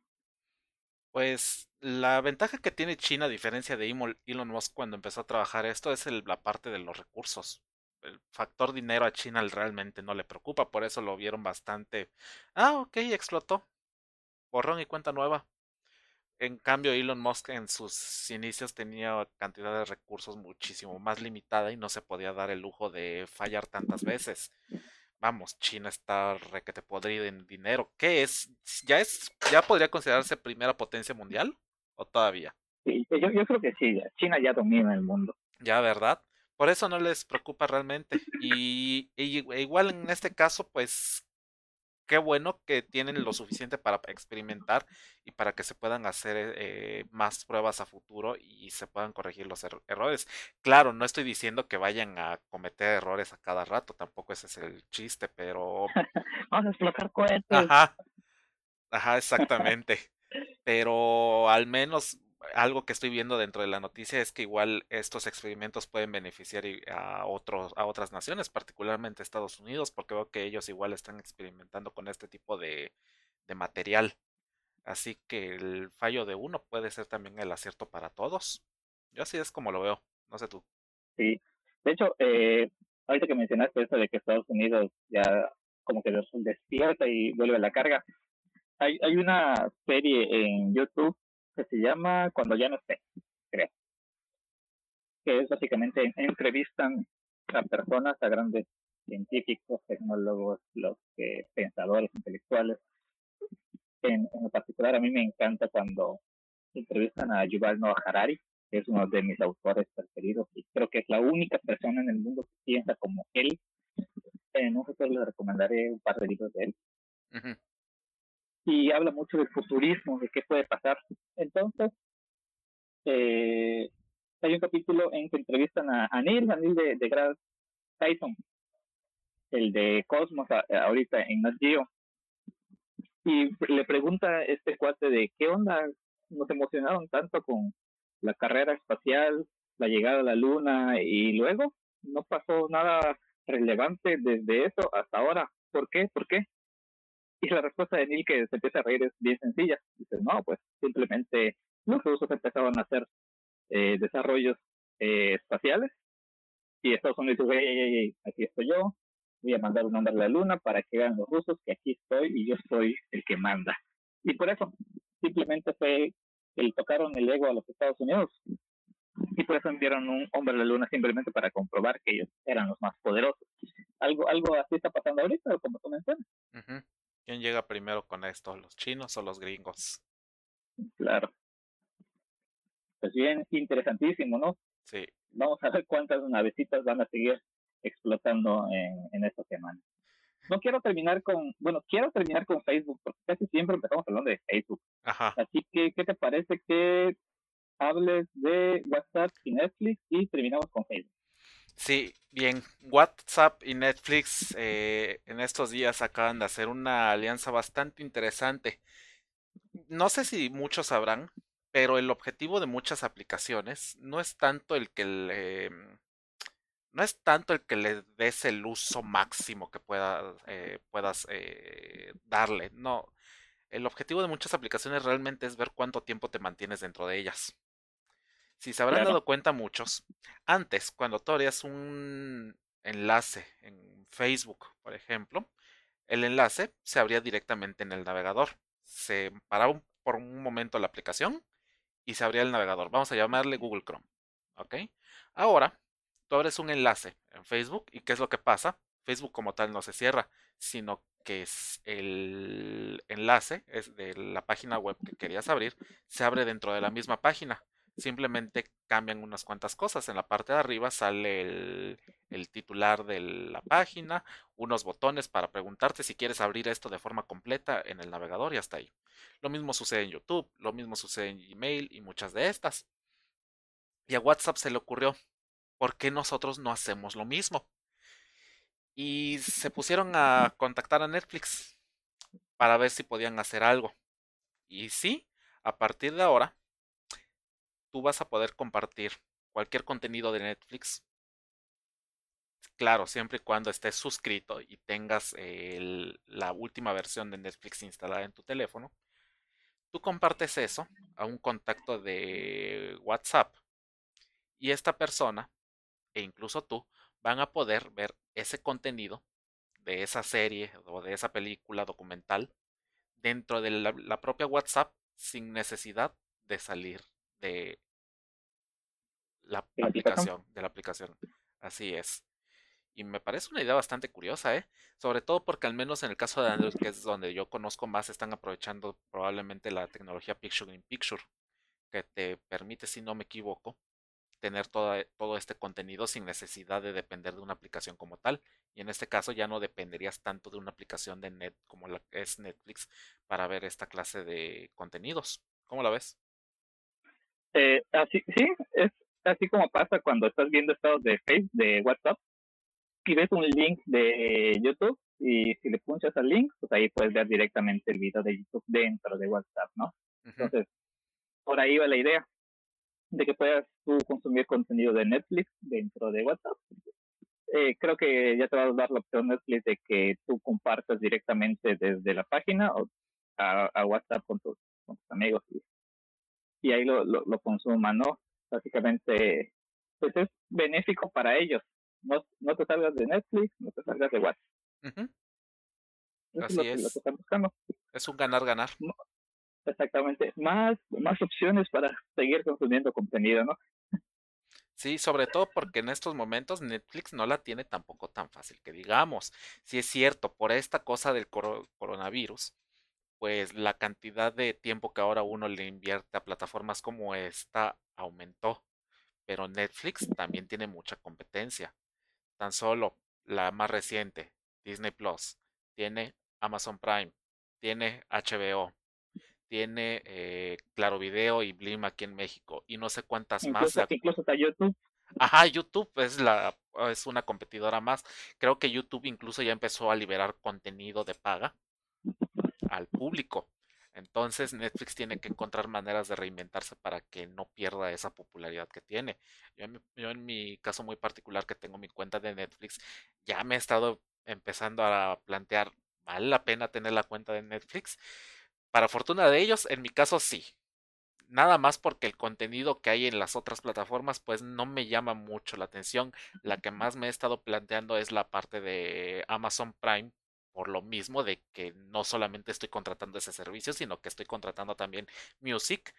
Pues la ventaja que tiene China, a diferencia de Elon Musk cuando empezó a trabajar esto, es la parte de los recursos. El factor dinero a China realmente no le preocupa, por eso lo vieron bastante. Ah, ok, explotó. Borrón y cuenta nueva. En cambio, Elon Musk en sus inicios tenía cantidad de recursos muchísimo más limitada y no se podía dar el lujo de fallar tantas veces. Vamos, China está requete podrida en dinero. ¿Qué es? ¿Ya podría considerarse primera potencia mundial? ¿O todavía? Sí, yo creo que sí, China ya domina el mundo. Ya, ¿verdad? Por eso no les preocupa realmente. Igual en este caso, pues qué bueno que tienen lo suficiente para experimentar y para que se puedan hacer más pruebas a futuro y se puedan corregir los errores. Claro, no estoy diciendo que vayan a cometer errores a cada rato, tampoco ese es el chiste, pero... Vamos a explotar cohetes. Ajá, ajá, exactamente. Pero al menos algo que estoy viendo dentro de la noticia es que igual estos experimentos pueden beneficiar a otras naciones, particularmente Estados Unidos, porque veo que ellos igual están experimentando con este tipo de material. Así que el fallo de uno puede ser también el acierto para todos. Yo así es como lo veo. No sé tú. Sí. De hecho, ahorita que mencionaste eso de que Estados Unidos ya como que despierta y vuelve a la carga, hay una serie en YouTube que se llama Cuando ya no esté, creo, que es básicamente entrevistan a personas, a grandes científicos, tecnólogos, los que pensadores intelectuales. En particular, a mí me encanta cuando entrevistan a Yuval Noah Harari, que es uno de mis autores preferidos y creo que es la única persona en el mundo que piensa como él. En un futuro les recomendaré un par de libros de él. Ujú. Y habla mucho del futurismo, de qué puede pasar. Entonces, eh, hay un capítulo en que entrevistan a Neil de deGrasse Tyson, el de Cosmos, ahorita en Nat Geo, y le pregunta a este cuate de qué onda, nos emocionaron tanto con la carrera espacial, la llegada a la luna y luego no pasó nada relevante desde eso hasta ahora. ¿Por qué? ¿Por qué? Y la respuesta de Neil que se empieza a reír es bien sencilla. Dice, no, pues simplemente los rusos empezaron a hacer desarrollos espaciales y Estados Unidos dice, hey, aquí estoy yo, voy a mandar un hombre a la luna para que vean los rusos que aquí estoy y yo soy el que manda. Y por eso, simplemente fue que le tocaron el ego a los Estados Unidos y por eso enviaron un hombre a la luna simplemente para comprobar que ellos eran los más poderosos. Algo así está pasando ahorita, como tú mencionas. Ujú. ¿Quién llega primero con esto? ¿Los chinos o los gringos? Claro, pues bien, interesantísimo, ¿no? Sí. Vamos a ver cuántas navecitas van a seguir explotando en esta semana. No quiero terminar con, bueno, quiero terminar con Facebook, porque casi siempre empezamos hablando de Facebook. Ajá. Así que, ¿qué te parece que hables de WhatsApp y Netflix y terminamos con Facebook? Sí, bien. WhatsApp y Netflix en estos días acaban de hacer una alianza bastante interesante. No sé si muchos sabrán, pero el objetivo de muchas aplicaciones no es tanto no es tanto el que le des el uso máximo que puedas darle. No, el objetivo de muchas aplicaciones realmente es ver cuánto tiempo te mantienes dentro de ellas. Si se habrán Claro, dado cuenta muchos, antes, cuando tú abrías un enlace en Facebook, por ejemplo, el enlace se abría directamente en el navegador. Se paraba por un momento la aplicación y se abría el navegador. Vamos a llamarle Google Chrome. ¿Ok? Ahora, tú abres un enlace en Facebook y ¿qué es lo que pasa? Facebook como tal no se cierra, sino que es el enlace es de la página web que querías abrir, se abre dentro de la misma página. Simplemente cambian unas cuantas cosas. En la parte de arriba sale el titular de la página, unos botones para preguntarte si quieres abrir esto de forma completa en el navegador y hasta ahí. Lo mismo sucede en YouTube, lo mismo sucede en Gmail y muchas de estas. Y a WhatsApp se le ocurrió, ¿por qué nosotros no hacemos lo mismo? Y se pusieron a contactar a Netflix para ver si podían hacer algo. Y sí, a partir de ahora, tú vas a poder compartir cualquier contenido de Netflix. Claro, siempre y cuando estés suscrito y tengas la última versión de Netflix instalada en tu teléfono. Tú compartes eso a un contacto de WhatsApp y esta persona e incluso tú van a poder ver ese contenido de esa serie o de esa película documental dentro de la propia WhatsApp sin necesidad de salir de la la aplicación. aplicación, de la aplicación. Así es. Y me parece una idea bastante curiosa, ¿eh? Sobre todo porque al menos en el caso de Android, que es donde yo conozco más, están aprovechando probablemente la tecnología Picture in Picture, que te permite, si no me equivoco, tener todo este contenido sin necesidad de depender de una aplicación como tal. Y en este caso ya no dependerías tanto de una aplicación de net como la que es Netflix para ver esta clase de contenidos. ¿Cómo la ves? Así, sí, es así como pasa cuando estás viendo estados de Facebook, de WhatsApp, y ves un link de YouTube, y si le punchas al link, pues ahí puedes ver directamente el video de YouTube dentro de WhatsApp, ¿no? Ujú. Entonces, por ahí va la idea de que puedas tú consumir contenido de Netflix dentro de WhatsApp. Creo que ya te va a dar la opción Netflix de que tú compartas directamente desde la página o a WhatsApp con tus amigos y ahí lo consuman, ¿no? Básicamente, pues es benéfico para ellos. No te salgas de Netflix, no te salgas de WhatsApp. Ujú. Eso es Así lo que es. están buscando. Es un ganar-ganar. ¿No? Exactamente. Más opciones para seguir consumiendo contenido, ¿no? Sí, sobre todo porque en estos momentos Netflix no la tiene tampoco tan fácil que digamos. Si es cierto, por esta cosa del coronavirus, pues la cantidad de tiempo que ahora uno le invierte a plataformas como esta aumentó. Pero Netflix también tiene mucha competencia. Tan solo la más reciente, Disney Plus, tiene Amazon Prime, tiene HBO, tiene Claro Video y Blim aquí en México y no sé cuántas más. Incluso hasta YouTube. Ajá, YouTube es una competidora más. Creo que YouTube incluso ya empezó a liberar contenido de paga al público. Entonces Netflix tiene que encontrar maneras de reinventarse para que no pierda esa popularidad que tiene. Yo en mi caso muy particular que tengo mi cuenta de Netflix, ya me he estado empezando a plantear, ¿vale la pena tener la cuenta de Netflix? Para fortuna de ellos, en mi caso sí. Nada más porque el contenido que hay en las otras plataformas pues no me llama mucho la atención. La que más me he estado planteando es la parte de Amazon Prime por lo mismo de que no solamente estoy contratando ese servicio, sino que estoy contratando también Music,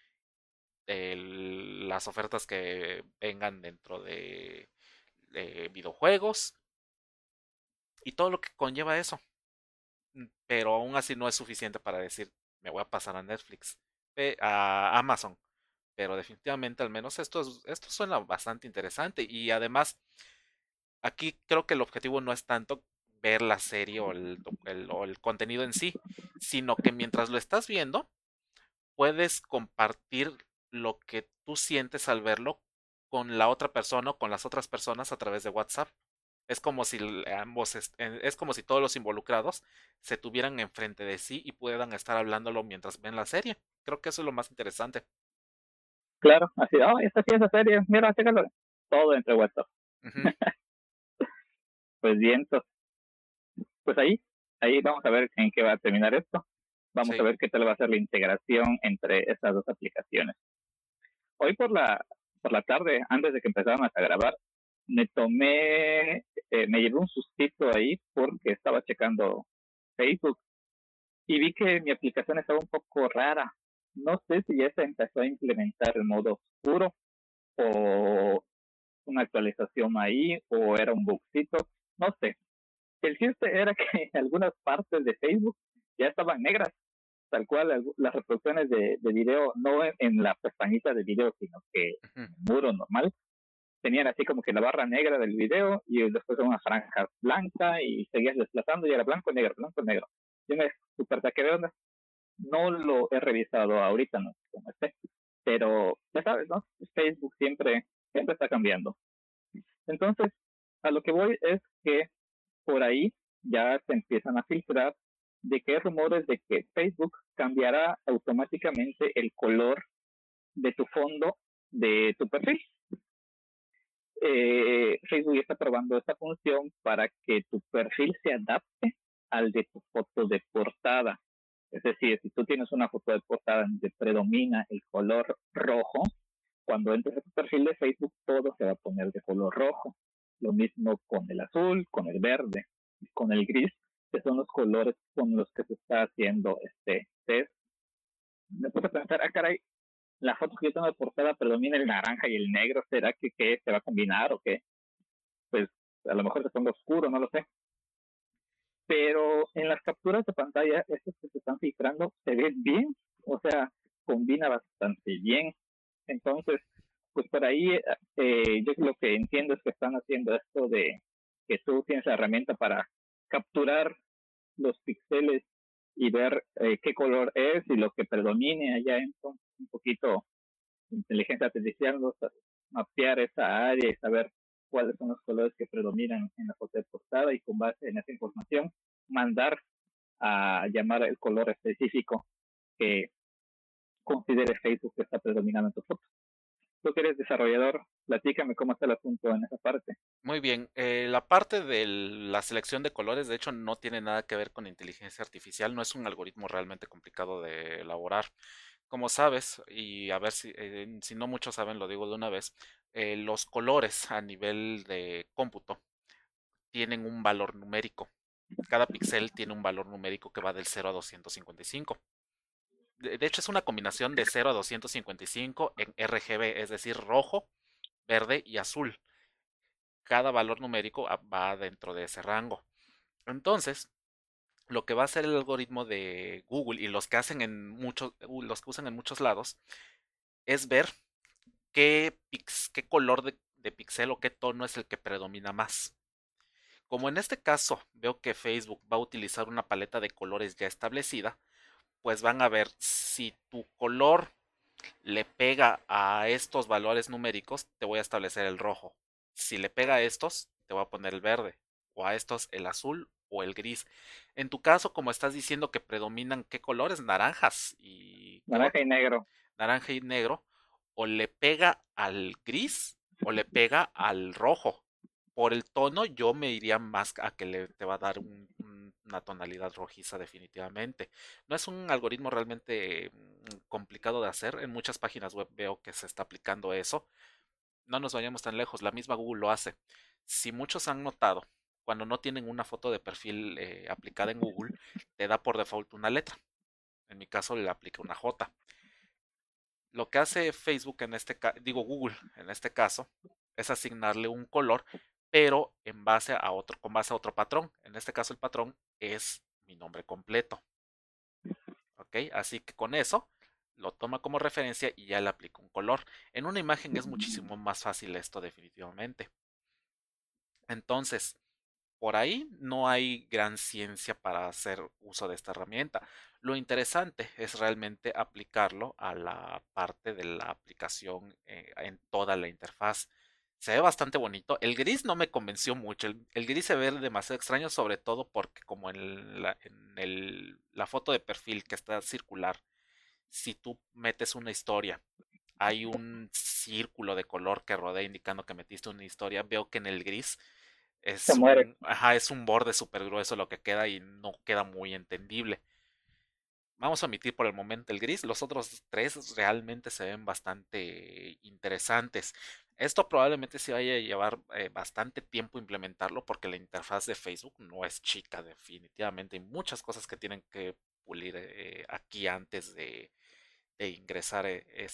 las ofertas que vengan dentro de videojuegos y todo lo que conlleva eso. Pero aún así no es suficiente para decir, me voy a pasar a Netflix, a Amazon. Pero definitivamente al menos esto suena bastante interesante. Y además, aquí creo que el objetivo no es tanto ver la serie o el contenido en sí, sino que mientras lo estás viendo, puedes compartir lo que tú sientes al verlo con la otra persona o con las otras personas a través de WhatsApp. Es como si es como si todos los involucrados se tuvieran enfrente de sí y puedan estar hablándolo mientras ven la serie. Creo que eso es lo más interesante. Claro, así, oh, esta sí, esa serie, mira, chécalo. Todo entre WhatsApp. Ujú, Pues bien, pues ahí vamos a ver en qué va a terminar esto. Vamos a sí, ver qué tal va a ser la integración entre estas dos aplicaciones. Hoy por la tarde, antes de que empezáramos a grabar, me llevé un sustito ahí porque estaba checando Facebook y vi que mi aplicación estaba un poco rara. No sé si ya se empezó a implementar el modo oscuro o una actualización ahí o era un bugcito, no sé. El chiste era que algunas partes de Facebook ya estaban negras, tal cual las reproducciones de video, no en la pestañita de video, sino que ujú, en el muro normal, tenían así como que la barra negra del video y después una franja blanca y seguías desplazando y era blanco, negro, blanco, negro. Yo me super saqué de onda. No lo he revisado ahorita, no sé cómo esté, pero ya sabes, ¿no? Facebook siempre está cambiando. Entonces, a lo que voy es que por ahí ya se empiezan a filtrar de que hay rumores de que Facebook cambiará automáticamente el color de tu fondo de tu perfil. Facebook está probando esta función para que tu perfil se adapte al de tu foto de portada. Es decir, si tú tienes una foto de portada donde predomina el color rojo, cuando entres a tu perfil de Facebook todo se va a poner de color rojo. Lo mismo con el azul, con el verde, con el gris, que son los colores con los que se está haciendo este test. Me puse a pensar, caray, la foto que yo tengo de portada predomina el naranja y el negro, ¿será que se va a combinar o qué? Pues a lo mejor se ponga oscuro, no lo sé. Pero en las capturas de pantalla, estos que se están filtrando se ven bien, o sea, combina bastante bien. Entonces, pues por ahí yo lo que entiendo es que están haciendo esto de que tú tienes la herramienta para capturar los píxeles y ver qué color es y lo que predomine allá en un poquito inteligencia artificial, ¿no? Mapear esa área y saber cuáles son los colores que predominan en la foto de portada y con base en esa información mandar a llamar el color específico que considere Facebook que está predominando en tu foto. Tú que eres desarrollador, platícame cómo está el asunto en esa parte. muy bien. La parte de la selección de colores, de hecho, no tiene nada que ver con inteligencia artificial, no es un algoritmo realmente complicado de elaborar. Como sabes, y a ver si no muchos saben, lo digo de una vez, los colores a nivel de cómputo tienen un valor numérico. Cada píxel tiene un valor numérico que va del 0 a 255. De hecho, es una combinación de 0 a 255 en RGB, es decir, rojo, verde y azul. Cada valor numérico va dentro de ese rango. Entonces, lo que va a hacer el algoritmo de Google y los que hacen en los que usan en muchos lados, es ver qué color de píxel o qué tono es el que predomina más. Como en este caso veo que Facebook va a utilizar una paleta de colores ya establecida, pues van a ver si tu color le pega a estos valores numéricos, te voy a establecer el rojo. Si le pega a estos, te voy a poner el verde. O a estos el azul o el gris. En tu caso, como estás diciendo que predominan qué colores, naranjas y qué Naranja otro, y negro. naranja y negro, o le pega al gris o le pega al rojo. Por el tono, yo me iría más a que te va a dar una tonalidad rojiza definitivamente. No es un algoritmo realmente complicado de hacer. En muchas páginas web veo que se está aplicando eso. No nos vayamos tan lejos, la misma Google lo hace. Si muchos han notado cuando no tienen una foto de perfil aplicada en Google, te da por default una letra. En mi caso le aplica una J. Lo que hace Facebook en este caso, digo Google en este caso, es asignarle un color, pero en base a otro, con base a otro patrón. En este caso el patrón es mi nombre completo. ¿Ok? Así que con eso lo toma como referencia y ya le aplica un color. En una imagen es muchísimo más fácil esto definitivamente. Entonces, por ahí no hay gran ciencia para hacer uso de esta herramienta. Lo interesante es realmente aplicarlo a la parte de la aplicación en toda la interfaz. Se ve bastante bonito. El gris no me convenció mucho. El gris se ve demasiado extraño, sobre todo porque como la foto de perfil que está circular, si tú metes una historia, hay un círculo de color que rodea indicando que metiste una historia. Veo que en el gris Se muere. es un borde súper grueso lo que queda y no queda muy entendible. Vamos a omitir por el momento el gris. Los otros tres realmente se ven bastante interesantes. Esto probablemente sí vaya a llevar bastante tiempo implementarlo porque la interfaz de Facebook no es chica definitivamente. Hay muchas cosas que tienen que pulir aquí antes de ingresar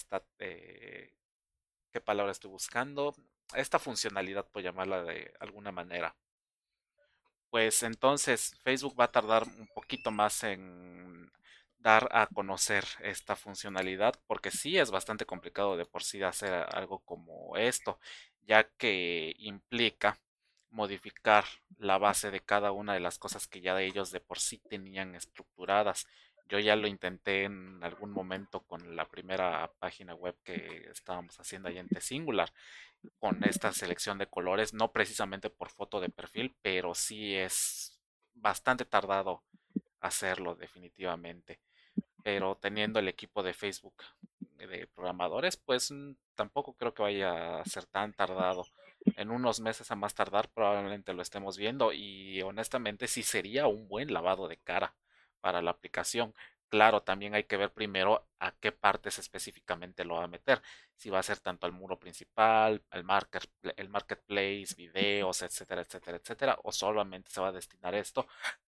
¿qué palabra estoy buscando? Esta funcionalidad, por llamarla de alguna manera. Pues entonces Facebook va a tardar un poquito más en dar a conocer esta funcionalidad porque sí es bastante complicado de por sí hacer algo como esto, ya que implica modificar la base de cada una de las cosas que ya ellos de por sí tenían estructuradas. Yo ya lo intenté en algún momento con la primera página web que estábamos haciendo ahí en T-Singular con esta selección de colores, no precisamente por foto de perfil, pero sí es bastante tardado hacerlo definitivamente. Pero teniendo el equipo de Facebook de programadores, pues tampoco creo que vaya a ser tan tardado. En unos meses a más tardar probablemente lo estemos viendo y honestamente sí sería un buen lavado de cara para la aplicación. Claro, también hay que ver primero a qué partes específicamente lo va a meter. Si va a ser tanto al muro principal, el marketplace, videos, etcétera, etcétera, etcétera, o solamente se va a destinar esto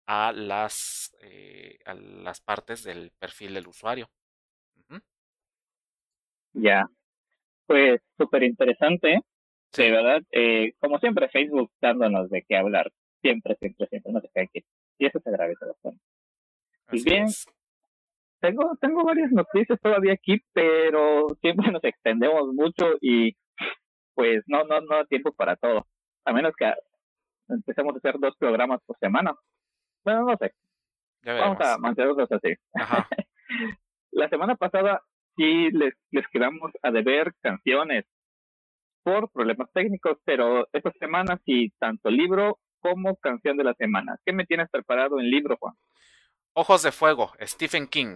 a las partes del perfil del usuario. Ujú. Ya, pues súper interesante, de Sí, verdad. Como siempre, Facebook dándonos de qué hablar. Siempre, siempre, siempre, no se cae quieto. Y eso se agradece bastante. Y así bien, es. tengo varias noticias todavía aquí, pero siempre nos extendemos mucho y pues no da tiempo para todo. A menos que empecemos a hacer 2 programas por semana. Bueno, no sé, Ya vamos a veremos. mantenerlos así. Ajá. La semana pasada sí les quedamos a deber canciones por problemas técnicos, pero esta semana sí, tanto libro como canción de la semana. ¿Qué me tienes preparado en libro, Juan? Ojos de Fuego, Stephen King.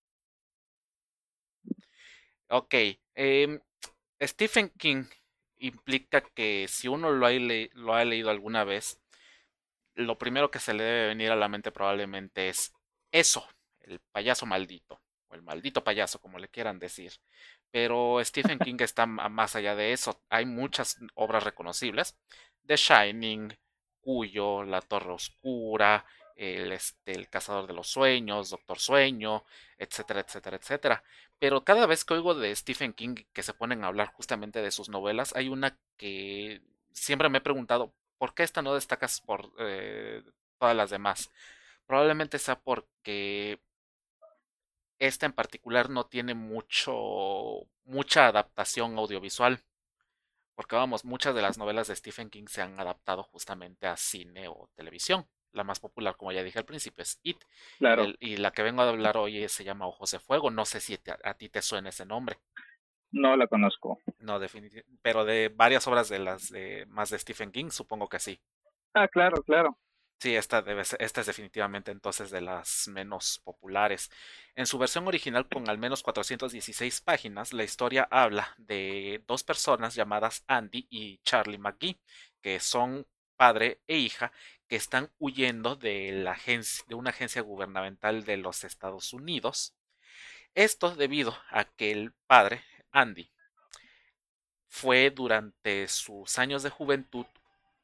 Ok. Stephen King implica que si uno lo ha leído alguna vez, lo primero que se le debe venir a la mente probablemente es eso, el payaso maldito, o el maldito payaso, como le quieran decir. Pero Stephen King está más allá de eso. Hay muchas obras reconocibles. The Shining, Cuyo, La Torre Oscura, el Cazador de los Sueños, Doctor Sueño, etcétera, etcétera, etcétera. Pero cada vez que oigo de Stephen King que se ponen a hablar justamente de sus novelas, hay una que siempre me he preguntado, ¿por qué esta no destacas por todas las demás? Probablemente sea porque esta en particular no tiene mucha adaptación audiovisual. Porque vamos, muchas de las novelas de Stephen King se han adaptado justamente a cine o televisión. La más popular, como ya dije al principio, es It. Claro, Y la que vengo a hablar hoy se llama Ojos de Fuego. No sé si a ti te suena ese nombre. no la conozco. No, definitivamente. Pero de varias obras más de Stephen King, supongo que sí. Ah, claro, claro. Sí, esta es definitivamente entonces de las menos populares. En su versión original con al menos 416 páginas, la historia habla de dos personas llamadas Andy y Charlie McGee, que son padre e hija que están huyendo de una agencia gubernamental de los Estados Unidos. Esto debido a que el padre, Andy, fue durante sus años de juventud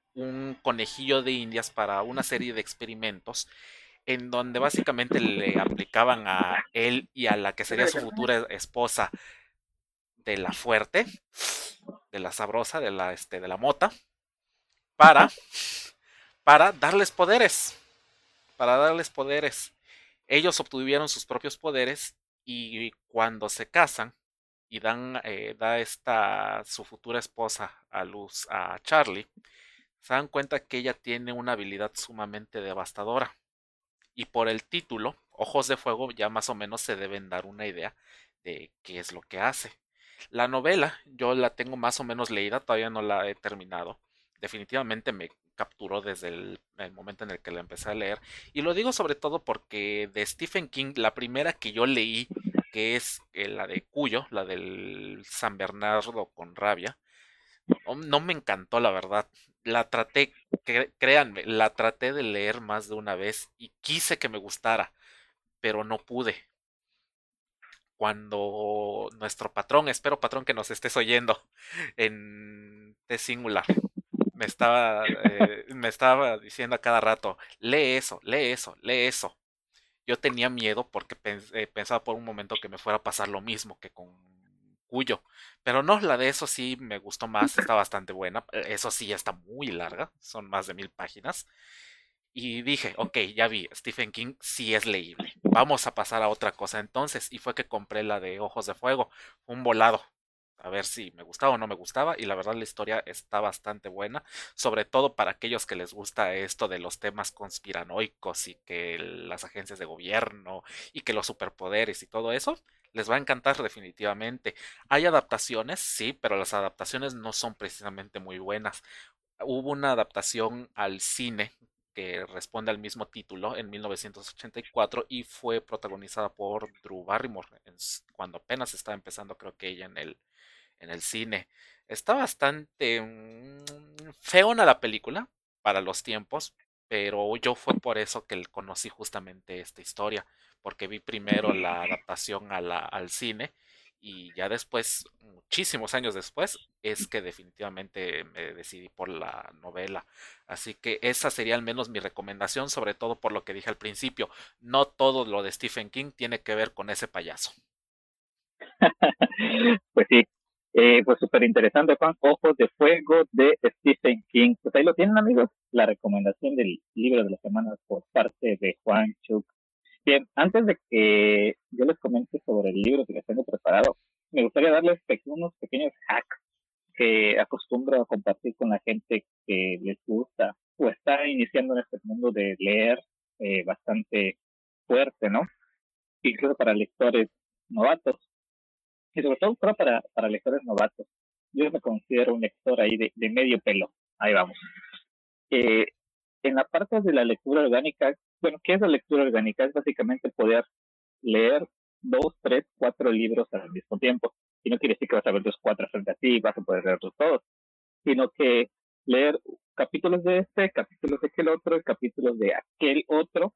un conejillo de indias para una serie de experimentos en donde básicamente le aplicaban a él y a la que sería su futura esposa de la fuerte, de la sabrosa, de la mota, para, para darles poderes, para darles poderes. Ellos obtuvieron sus propios poderes y cuando se casan y da su futura esposa a luz a Charlie, se dan cuenta que ella tiene una habilidad sumamente devastadora. Y por el título, Ojos de Fuego, ya más o menos se deben dar una idea de qué es lo que hace. La novela, yo la tengo más o menos leída, todavía no la he terminado. Definitivamente me capturó desde el momento en el que la empecé a leer. Y lo digo sobre todo porque de Stephen King, la primera que yo leí, que es la de Cuyo, la del San Bernardo con rabia, no me encantó, la verdad. La traté, créanme, la traté de leer más de una vez y quise que me gustara, pero no pude. Cuando nuestro patrón, espero patrón que nos estés oyendo, en T singular, me estaba diciendo a cada rato, lee eso, lee eso, lee eso. Yo tenía miedo porque pensaba por un momento que me fuera a pasar lo mismo que con Cuyo. Pero no, la de eso sí me gustó más, está bastante buena. Eso sí, ya está muy larga, son más de 1000 páginas. Y dije, ok, ya vi, Stephen King sí es leíble. Vamos a pasar a otra cosa entonces. Y fue que compré la de Ojos de Fuego. Un volado. A ver si me gustaba o no me gustaba. Y la verdad la historia está bastante buena. Sobre todo para aquellos que les gusta esto de los temas conspiranoicos y que las agencias de gobierno y que los superpoderes y todo eso. Les va a encantar definitivamente. Hay adaptaciones, sí, pero las adaptaciones no son precisamente muy buenas. Hubo una adaptación al cine que responde al mismo título en 1984 y fue protagonizada por Drew Barrymore cuando apenas estaba empezando, creo que ella en el cine. Está bastante feona la película para los tiempos, pero yo fue por eso que conocí justamente esta historia, porque vi primero la adaptación al cine y ya después, muchísimos años después, es que definitivamente me decidí por la novela. Así que esa sería al menos mi recomendación, sobre todo por lo que dije al principio. No todo lo de Stephen King tiene que ver con ese payaso. Pues sí, pues súper interesante, Juan. Ojos de Fuego de Stephen King. Pues ahí lo tienen, amigos. La recomendación del libro de la semana por parte de Juan Chuk. Bien, antes de que yo les comente sobre el libro que les tengo preparado, me gustaría darles unos pequeños hacks que acostumbro a compartir con la gente que les gusta o está iniciando en este mundo de leer bastante fuerte, ¿no? Incluso para lectores novatos y sobre todo para lectores novatos. Yo me considero un lector ahí de medio pelo. Ahí vamos. Eh, en la parte de la lectura orgánica, bueno, ¿qué es la lectura orgánica? Es básicamente poder leer 2, 3, 4 libros al mismo tiempo. Y no quiere decir que vas a ver los 4 frente a ti y vas a poder leerlos todos, sino que leer capítulos de este, capítulos de aquel otro, capítulos de aquel otro,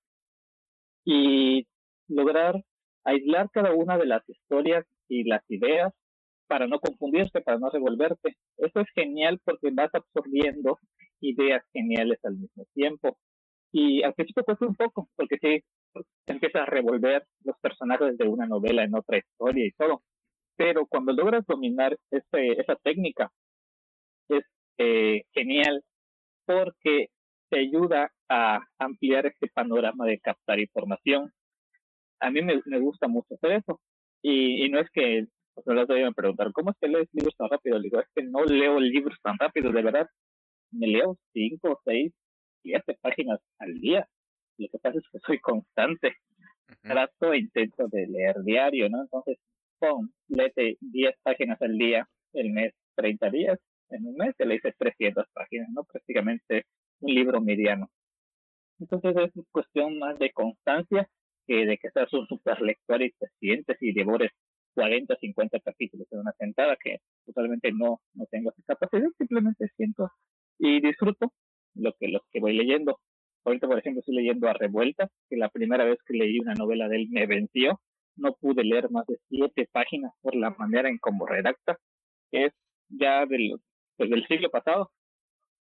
y lograr aislar cada una de las historias y las ideas para no confundirse, para no revolverte. Eso es genial porque vas absorbiendo ideas geniales al mismo tiempo. Y al principio cuesta un poco, porque sí, te empiezas a revolver los personajes de una novela en otra historia y todo. Pero cuando logras dominar esa técnica, es genial porque te ayuda a ampliar este panorama de captar información. A mí me gusta mucho hacer eso. Y no es que, pues me las me preguntar, ¿cómo es que lees libros tan rápido? Le digo, es que no leo libros tan rápido, de verdad. Me leo 5, 6, 7 páginas al día. Lo que pasa es que soy constante. Ujú. Trato e intento de leer diario, ¿no? Entonces, pon, léete 10 páginas al día, el mes 30 días, en un mes te le hice 300 páginas, ¿no? Prácticamente un libro mediano. Entonces es cuestión más de constancia que de que seas un super lector y te sientes y devores 40, 50 capítulos en una sentada, que totalmente no tengo esa capacidad, simplemente siento y disfruto lo que voy leyendo. Ahorita, por ejemplo, estoy leyendo A Revuelta, que la primera vez que leí una novela de él me venció. No pude leer más de 7 páginas por la manera en cómo redacta, que es ya pues, del siglo pasado,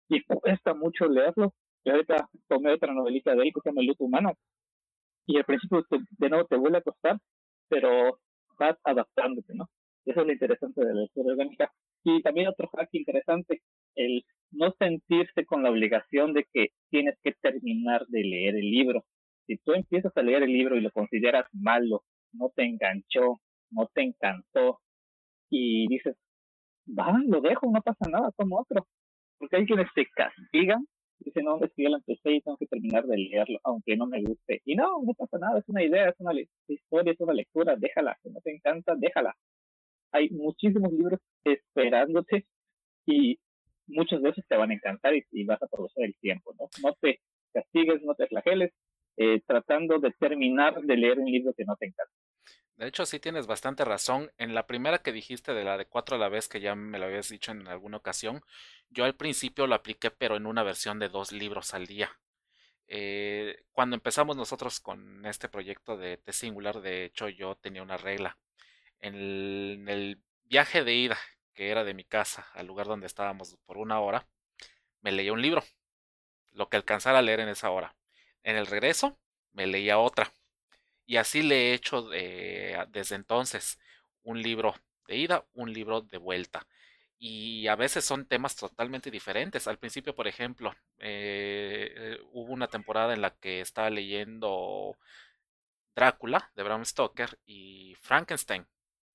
y cuesta mucho leerlo. Y ahorita tomé otra novelita de él que se llama El luto humano, y al principio de nuevo te vuelve a costar, pero vas adaptándote, ¿no? Eso es lo interesante de la lectura orgánica. Y también otro hack interesante, el no sentirse con la obligación de que tienes que terminar de leer el libro. Si tú empiezas a leer el libro y lo consideras malo, no te enganchó, no te encantó, y dices, va, lo dejo, no pasa nada, tomo otro. Porque hay quienes se castigan, dicen, no, es que yo lo empecé y tengo que terminar de leerlo, aunque no me guste. Y no, no pasa nada, es una idea, es una historia, es una lectura, déjala. Si no te encanta, déjala. Hay muchísimos libros esperándote y muchas veces te van a encantar y vas a aprovechar el tiempo, ¿no? No te castigues, no te flageles, tratando de terminar de leer un libro que no te encanta. De hecho, sí tienes bastante razón. En la primera que dijiste de la de cuatro a la vez, que ya me lo habías dicho en alguna ocasión, yo al principio lo apliqué, pero en una versión de 2 libros al día. Cuando empezamos nosotros con este proyecto de T Singular, de hecho yo tenía una regla. En el viaje de ida, que era de mi casa al lugar donde estábamos por 1 hora, me leía un libro, lo que alcanzara a leer en esa hora. En el regreso, me leía otra. Y así le he hecho desde entonces un libro de ida, un libro de vuelta. Y a veces son temas totalmente diferentes. Al principio, por ejemplo, hubo una temporada en la que estaba leyendo Drácula de Bram Stoker y Frankenstein.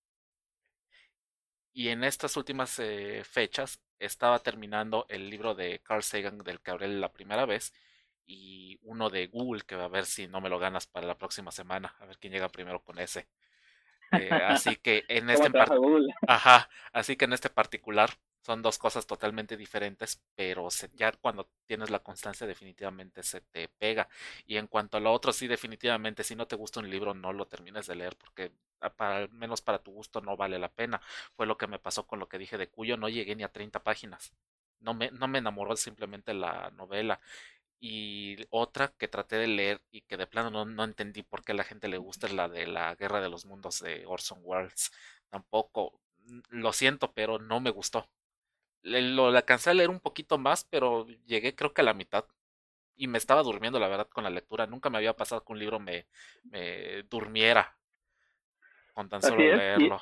Y en estas últimas fechas estaba terminando el libro de Carl Sagan del que hablé la primera vez y uno de Google que va a ver si no me lo ganas para la próxima semana, a ver quién llega primero con ese. Así que en este ¿Cómo trabaja Google? ajá, así que en este particular son dos cosas totalmente diferentes, pero ya cuando tienes la constancia definitivamente se te pega. Y en cuanto a lo otro, sí, definitivamente, si no te gusta un libro, no lo termines de leer porque al menos para tu gusto no vale la pena. Fue lo que me pasó con lo que dije de Cuyo, no llegué ni a 30 páginas. No me enamoró simplemente la novela. Y otra que traté de leer y que de plano no entendí por qué a la gente le gusta es la de la Guerra de los Mundos de Orson Welles. Tampoco, lo siento, pero no me gustó. Lo alcancé a leer un poquito más, pero llegué creo que a la mitad. Y me estaba durmiendo, la verdad, con la lectura. Nunca me había pasado que un libro me durmiera con tan Así solo es, leerlo.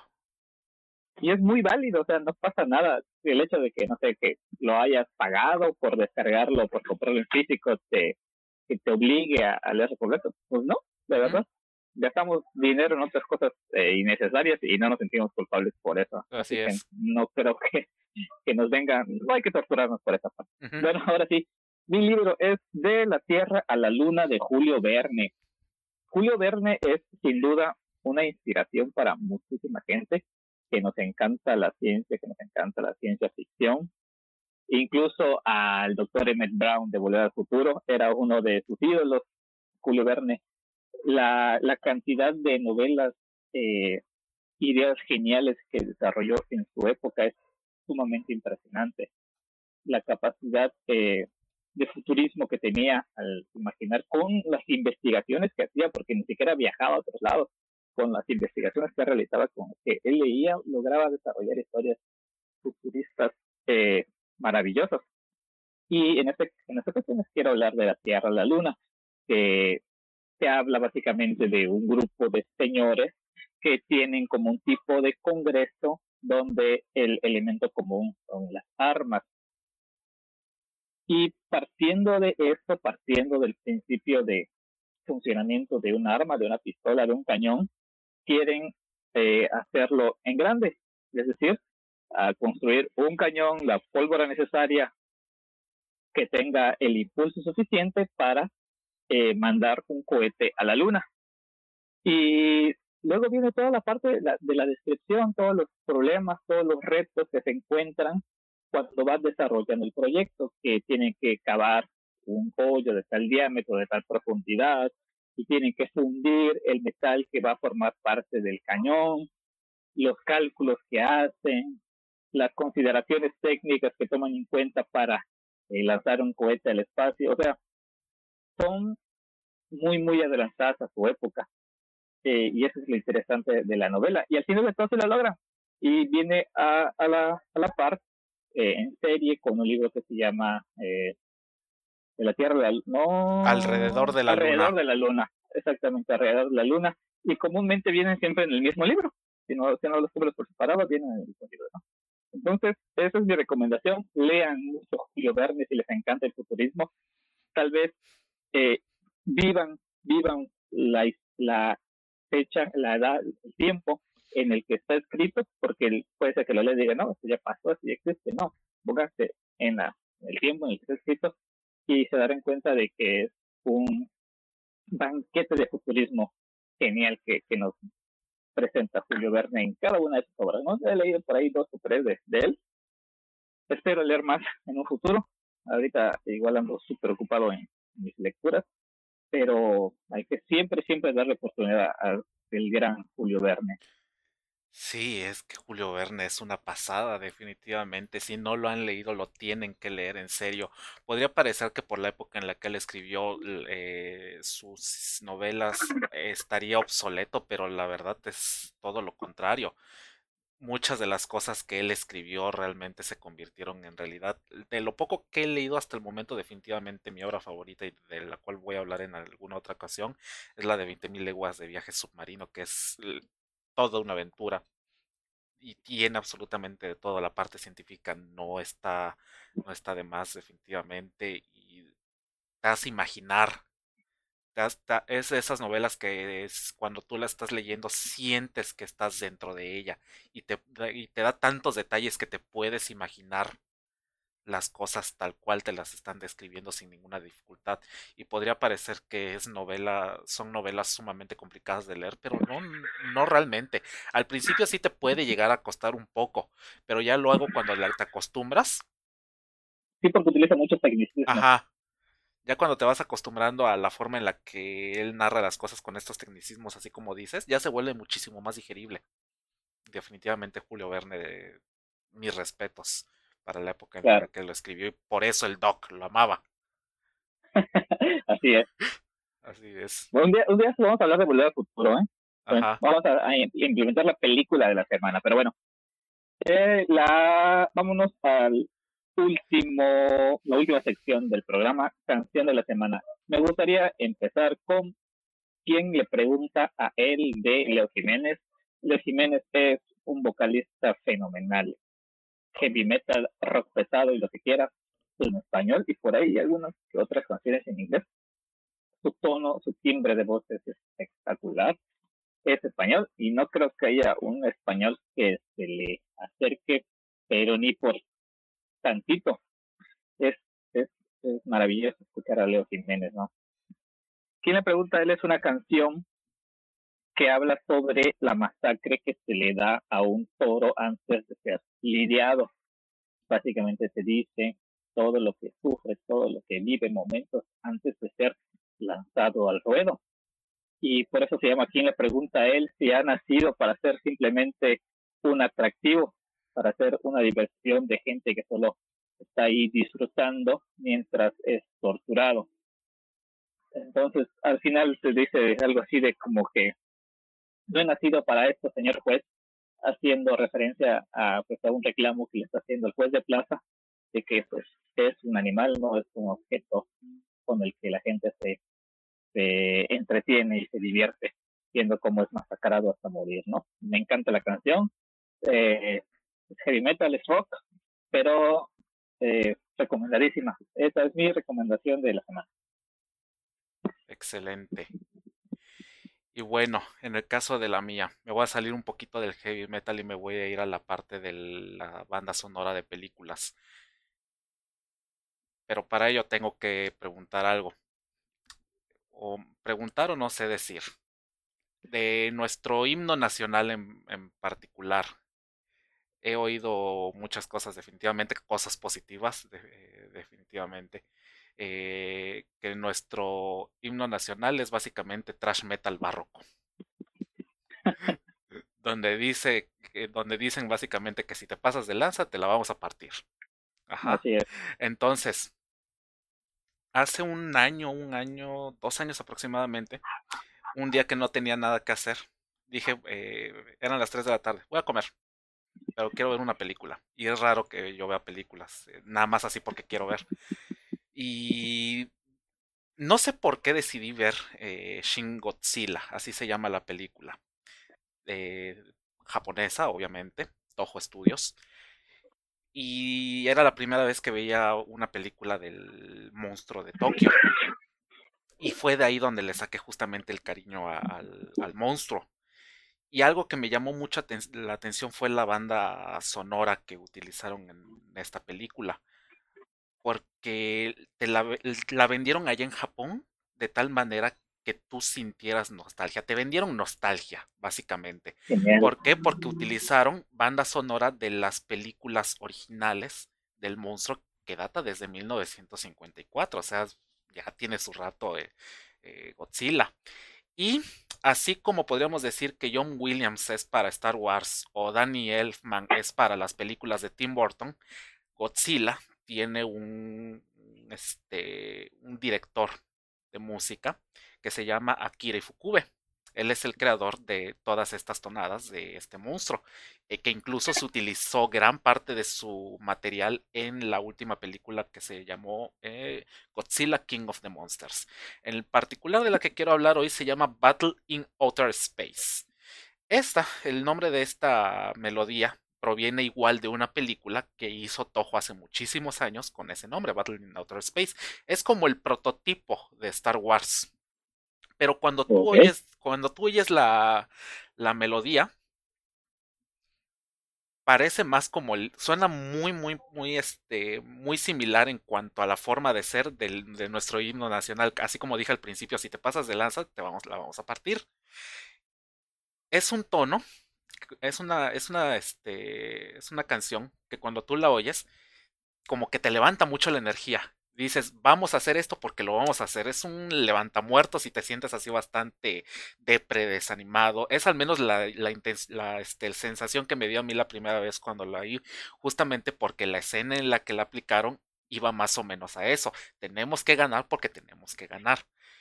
y es muy válido, o sea, no pasa nada. El hecho de que, no sé, que lo hayas pagado por descargarlo, por comprarlo en físico, que te obligue a leerlo completo, pues no, de Ujú, verdad. Gastamos dinero en otras cosas innecesarias y no nos sentimos culpables por eso. así Así que es. no creo que nos vengan, no hay que torturarnos por esa parte. Ujú. Bueno, ahora sí, mi libro es De la Tierra a la Luna de Julio Verne. Julio Verne es sin duda una inspiración para muchísima gente que nos encanta la ciencia, que nos encanta la ciencia ficción. Incluso al doctor Emmett Brown de Volver al Futuro era uno de sus ídolos, Julio Verne. La cantidad de novelas, eh, ideas geniales que desarrolló en su época es sumamente impresionante. La capacidad de futurismo que tenía al imaginar con las investigaciones que hacía, porque ni siquiera viajaba a otros lados, con las investigaciones que realizaba, con que él leía, lograba desarrollar historias futuristas eh, maravillosas. Y en esta ocasión quiero hablar de la Tierra, la Luna, que se habla básicamente de un grupo de señores que tienen como un tipo de congreso donde el elemento común son las armas. Y partiendo de esto, partiendo del principio de funcionamiento de un arma, de una pistola, de un cañón, quieren hacerlo en grande, es decir, a construir un cañón, la pólvora necesaria que tenga el impulso suficiente para mandar un cohete a la luna. Y luego viene toda la parte de la descripción, todos los problemas, todos los retos que se encuentran cuando vas desarrollando el proyecto, que tienen que cavar un hoyo de tal diámetro, de tal profundidad, y tienen que fundir el metal que va a formar parte del cañón, los cálculos que hacen, las consideraciones técnicas que toman en cuenta para lanzar un cohete al espacio. O sea, son muy, muy adelantadas a su época. Y eso es lo interesante de la novela. Y al final de todo se la logra. Y viene a la par en serie con un libro que se llama de la Tierra, Alrededor no, de la alrededor luna. de la Luna, exactamente, alrededor de la Luna, y comúnmente vienen siempre en el mismo libro, si no los cubres por separado, vienen en el mismo libro, ¿no? Entonces, esa es mi recomendación, lean mucho Julio Verne si les encanta el futurismo, tal vez eh, vivan la fecha, la edad, el tiempo en el que está escrito, porque puede ser que lo lea y diga, no, esto ya pasó, esto ya existe, no, pónganse en el tiempo en el que está escrito y se darán cuenta de que es un banquete de futurismo genial que nos presenta Julio Verne en cada una de sus obras. ¿No? He leído por ahí 2 o 3 de él, espero leer más en un futuro, ahorita igual ando súper ocupado en mis lecturas, pero hay que siempre darle oportunidad al gran Julio Verne. Sí, es que Julio Verne es una pasada, definitivamente. Si no lo han leído, lo tienen que leer en serio. Podría parecer que por la época en la que él escribió sus novelas estaría obsoleto, pero la verdad es todo lo contrario. Muchas de las cosas que él escribió realmente se convirtieron en realidad. De lo poco que he leído hasta el momento, definitivamente mi obra favorita y de la cual voy a hablar en alguna otra ocasión es la de 20.000 leguas de viaje submarino, que es toda una aventura y tiene absolutamente de todo. La parte científica no está de más definitivamente y te hace imaginar. Es de esas novelas que es, cuando tú la estás leyendo sientes que estás dentro de ella y te da tantos detalles que te puedes imaginar las cosas tal cual te las están describiendo sin ninguna dificultad. Y podría parecer que son novelas sumamente complicadas de leer, pero no, no realmente. Al principio sí te puede llegar a costar un poco, pero ya luego cuando te acostumbras, Sí, porque utiliza muchos tecnicismos. ajá, ya cuando te vas acostumbrando a la forma en la que él narra las cosas con estos tecnicismos, así como dices, ya se vuelve muchísimo más digerible. Definitivamente Julio Verne, mis respetos para la época en la Claro, que lo escribió y por eso el Doc lo amaba. así es. Así es. Bueno, un día vamos a hablar de Volver al Futuro, ¿eh? Bueno, Ajá. vamos a implementar la película de la semana, pero bueno, vámonos al la última sección del programa, canción de la semana. Me gustaría empezar con quien le pregunta a él de Leo Jiménez. Leo Jiménez es un vocalista fenomenal, heavy metal, rock pesado y lo que quiera en español y por ahí algunas que otras canciones en inglés. Su tono, su timbre de voz es espectacular. Es español y no creo que haya un español que se le acerque, pero ni por tantito. Es, es, es maravilloso escuchar a Leo Jiménez, ¿no? Quien le pregunta a él es una canción que habla sobre la masacre que se le da a un toro antes de ser lidiado. Básicamente se dice todo lo que sufre, todo lo que vive momentos antes de ser lanzado al ruedo. Y por eso se llama quien le pregunta a él si ha nacido para ser simplemente un atractivo, para ser una diversión de gente que solo está ahí disfrutando mientras es torturado. Entonces, al final se dice algo así de como que no he nacido para esto, señor juez, haciendo referencia a un reclamo que le está haciendo el juez de plaza de que pues es un animal, no es un objeto con el que la gente se entretiene y se divierte viendo cómo es masacrado hasta morir, ¿no? Me encanta la canción, es heavy metal, es rock, pero recomendadísima. Esa es mi recomendación de la semana. Excelente. Y bueno, en el caso de la mía, me voy a salir un poquito del heavy metal y me voy a ir a la parte de la banda sonora de películas. Pero para ello tengo que preguntar algo. O preguntar o no sé decir. De nuestro himno nacional en particular. He oído muchas cosas, definitivamente, cosas positivas, definitivamente. Que nuestro himno nacional es básicamente thrash metal barroco, donde dicen básicamente que si te pasas de lanza te la vamos a partir. Ajá. Así es. Entonces, hace un año, 2 años aproximadamente, un día que no tenía nada que hacer, dije, eran las 3 de la tarde, voy a comer. pero quiero ver una película. Y es raro que yo vea películas, nada más así porque quiero ver. Y no sé por qué decidí ver Shin Godzilla, así se llama la película. eh, Japonesa, obviamente, Toho Studios. Y era la primera vez que veía una película del monstruo de Tokio. Y fue de ahí donde le saqué justamente el cariño al monstruo. Y algo que me llamó mucho la atención fue la banda sonora que utilizaron en esta película. Porque la vendieron allá en Japón de tal manera que tú sintieras nostalgia. Te vendieron nostalgia, básicamente. Genial. ¿Por qué? Porque utilizaron banda sonora de las películas originales del monstruo que data desde 1954. O sea, ya tiene su rato Godzilla. Y así como podríamos decir que John Williams es para Star Wars o Danny Elfman es para las películas de Tim Burton, Godzilla tiene un director de música que se llama Akira Ifukube. Él es el creador de todas estas tonadas de este monstruo, que incluso se utilizó gran parte de su material en la última película que se llamó Godzilla King of the Monsters. En el particular de la que quiero hablar hoy se llama Battle in Outer Space. El nombre de esta melodía proviene igual de una película que hizo Toho hace muchísimos años con ese nombre, Battle in Outer Space. Es como el prototipo de Star Wars. Pero Ok. cuando tú oyes la melodía, parece más como suena muy similar en cuanto a la forma de ser de nuestro himno nacional. Así como dije al principio, si te pasas de lanza, la vamos a partir. Es un tono es una canción que cuando tú la oyes, como que te levanta mucho la energía. Dices, vamos a hacer esto porque lo vamos a hacer. Es un levantamuertos y te sientes así bastante desanimado. Es al menos la sensación que me dio a mí la primera vez cuando la oí, justamente porque la escena en la que la aplicaron iba más o menos a eso. Tenemos que ganar porque tenemos que ganar.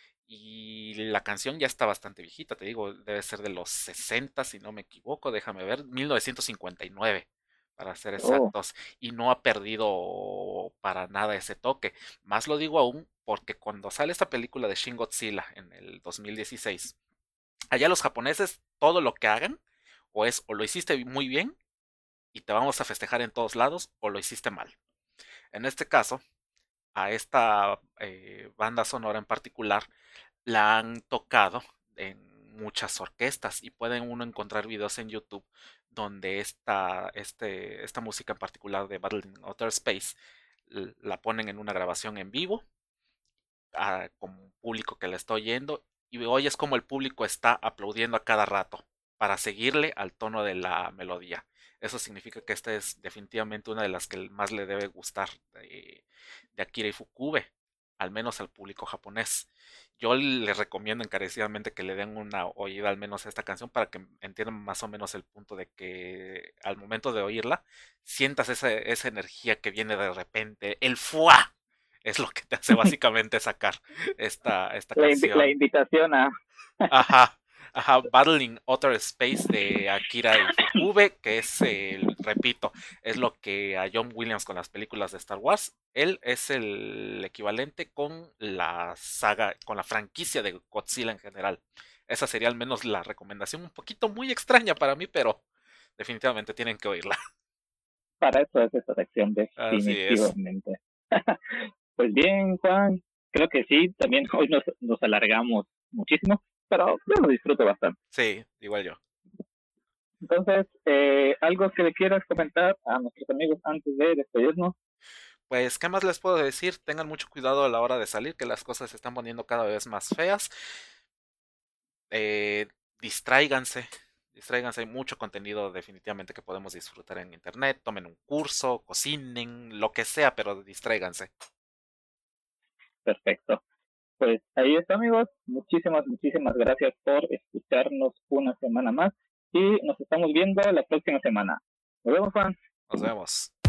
Y la canción ya está bastante viejita, te digo, debe ser de los 60 si no me equivoco, déjame ver, 1959 para ser Oh, exactos, y no ha perdido para nada ese toque. Más lo digo aún porque cuando sale esta película de Shin Godzilla en el 2016, allá los japoneses todo lo que hagan o lo hiciste muy bien y te vamos a festejar en todos lados o lo hiciste mal. En este caso, a esta banda sonora en particular la han tocado en muchas orquestas y pueden uno encontrar videos en YouTube donde esta música en particular de Battle in Outer Space la ponen en una grabación en vivo con un público que la está oyendo y oyes como el público está aplaudiendo a cada rato para seguirle al tono de la melodía. Eso significa que esta es definitivamente una de las que más le debe gustar de Akira Ifukube, al menos al público japonés. Yo les recomiendo encarecidamente que le den una oída al menos a esta canción para que entiendan más o menos el punto de que al momento de oírla sientas esa energía que viene de repente, el fuá es lo que te hace básicamente sacar esta la canción. invitación a... Ajá, ajá, Battling Outer Space de Akira Ifukube, que es, repito, es lo que a John Williams con las películas de Star Wars, él es el equivalente con la saga, con la franquicia de Godzilla en general. Esa sería al menos la recomendación, un poquito muy extraña para mí, pero definitivamente tienen que oírla. Para eso es esta sección, Así es. definitivamente. Pues bien, Juan, creo que sí, también hoy nos alargamos muchísimo, pero yo lo disfruto bastante. Sí, igual yo. Entonces, ¿algo que le quieras comentar a nuestros amigos antes de despedirnos? Pues, ¿qué más les puedo decir? Tengan mucho cuidado a la hora de salir, que las cosas se están poniendo cada vez más feas. Eh, distráiganse, distráiganse, hay mucho contenido definitivamente que podemos disfrutar en internet. Tomen un curso, cocinen, lo que sea, pero distráiganse. Perfecto. Pues ahí está, amigos. Muchísimas gracias por escucharnos una semana más y nos estamos viendo la próxima semana. Nos vemos, Juan. Nos vemos.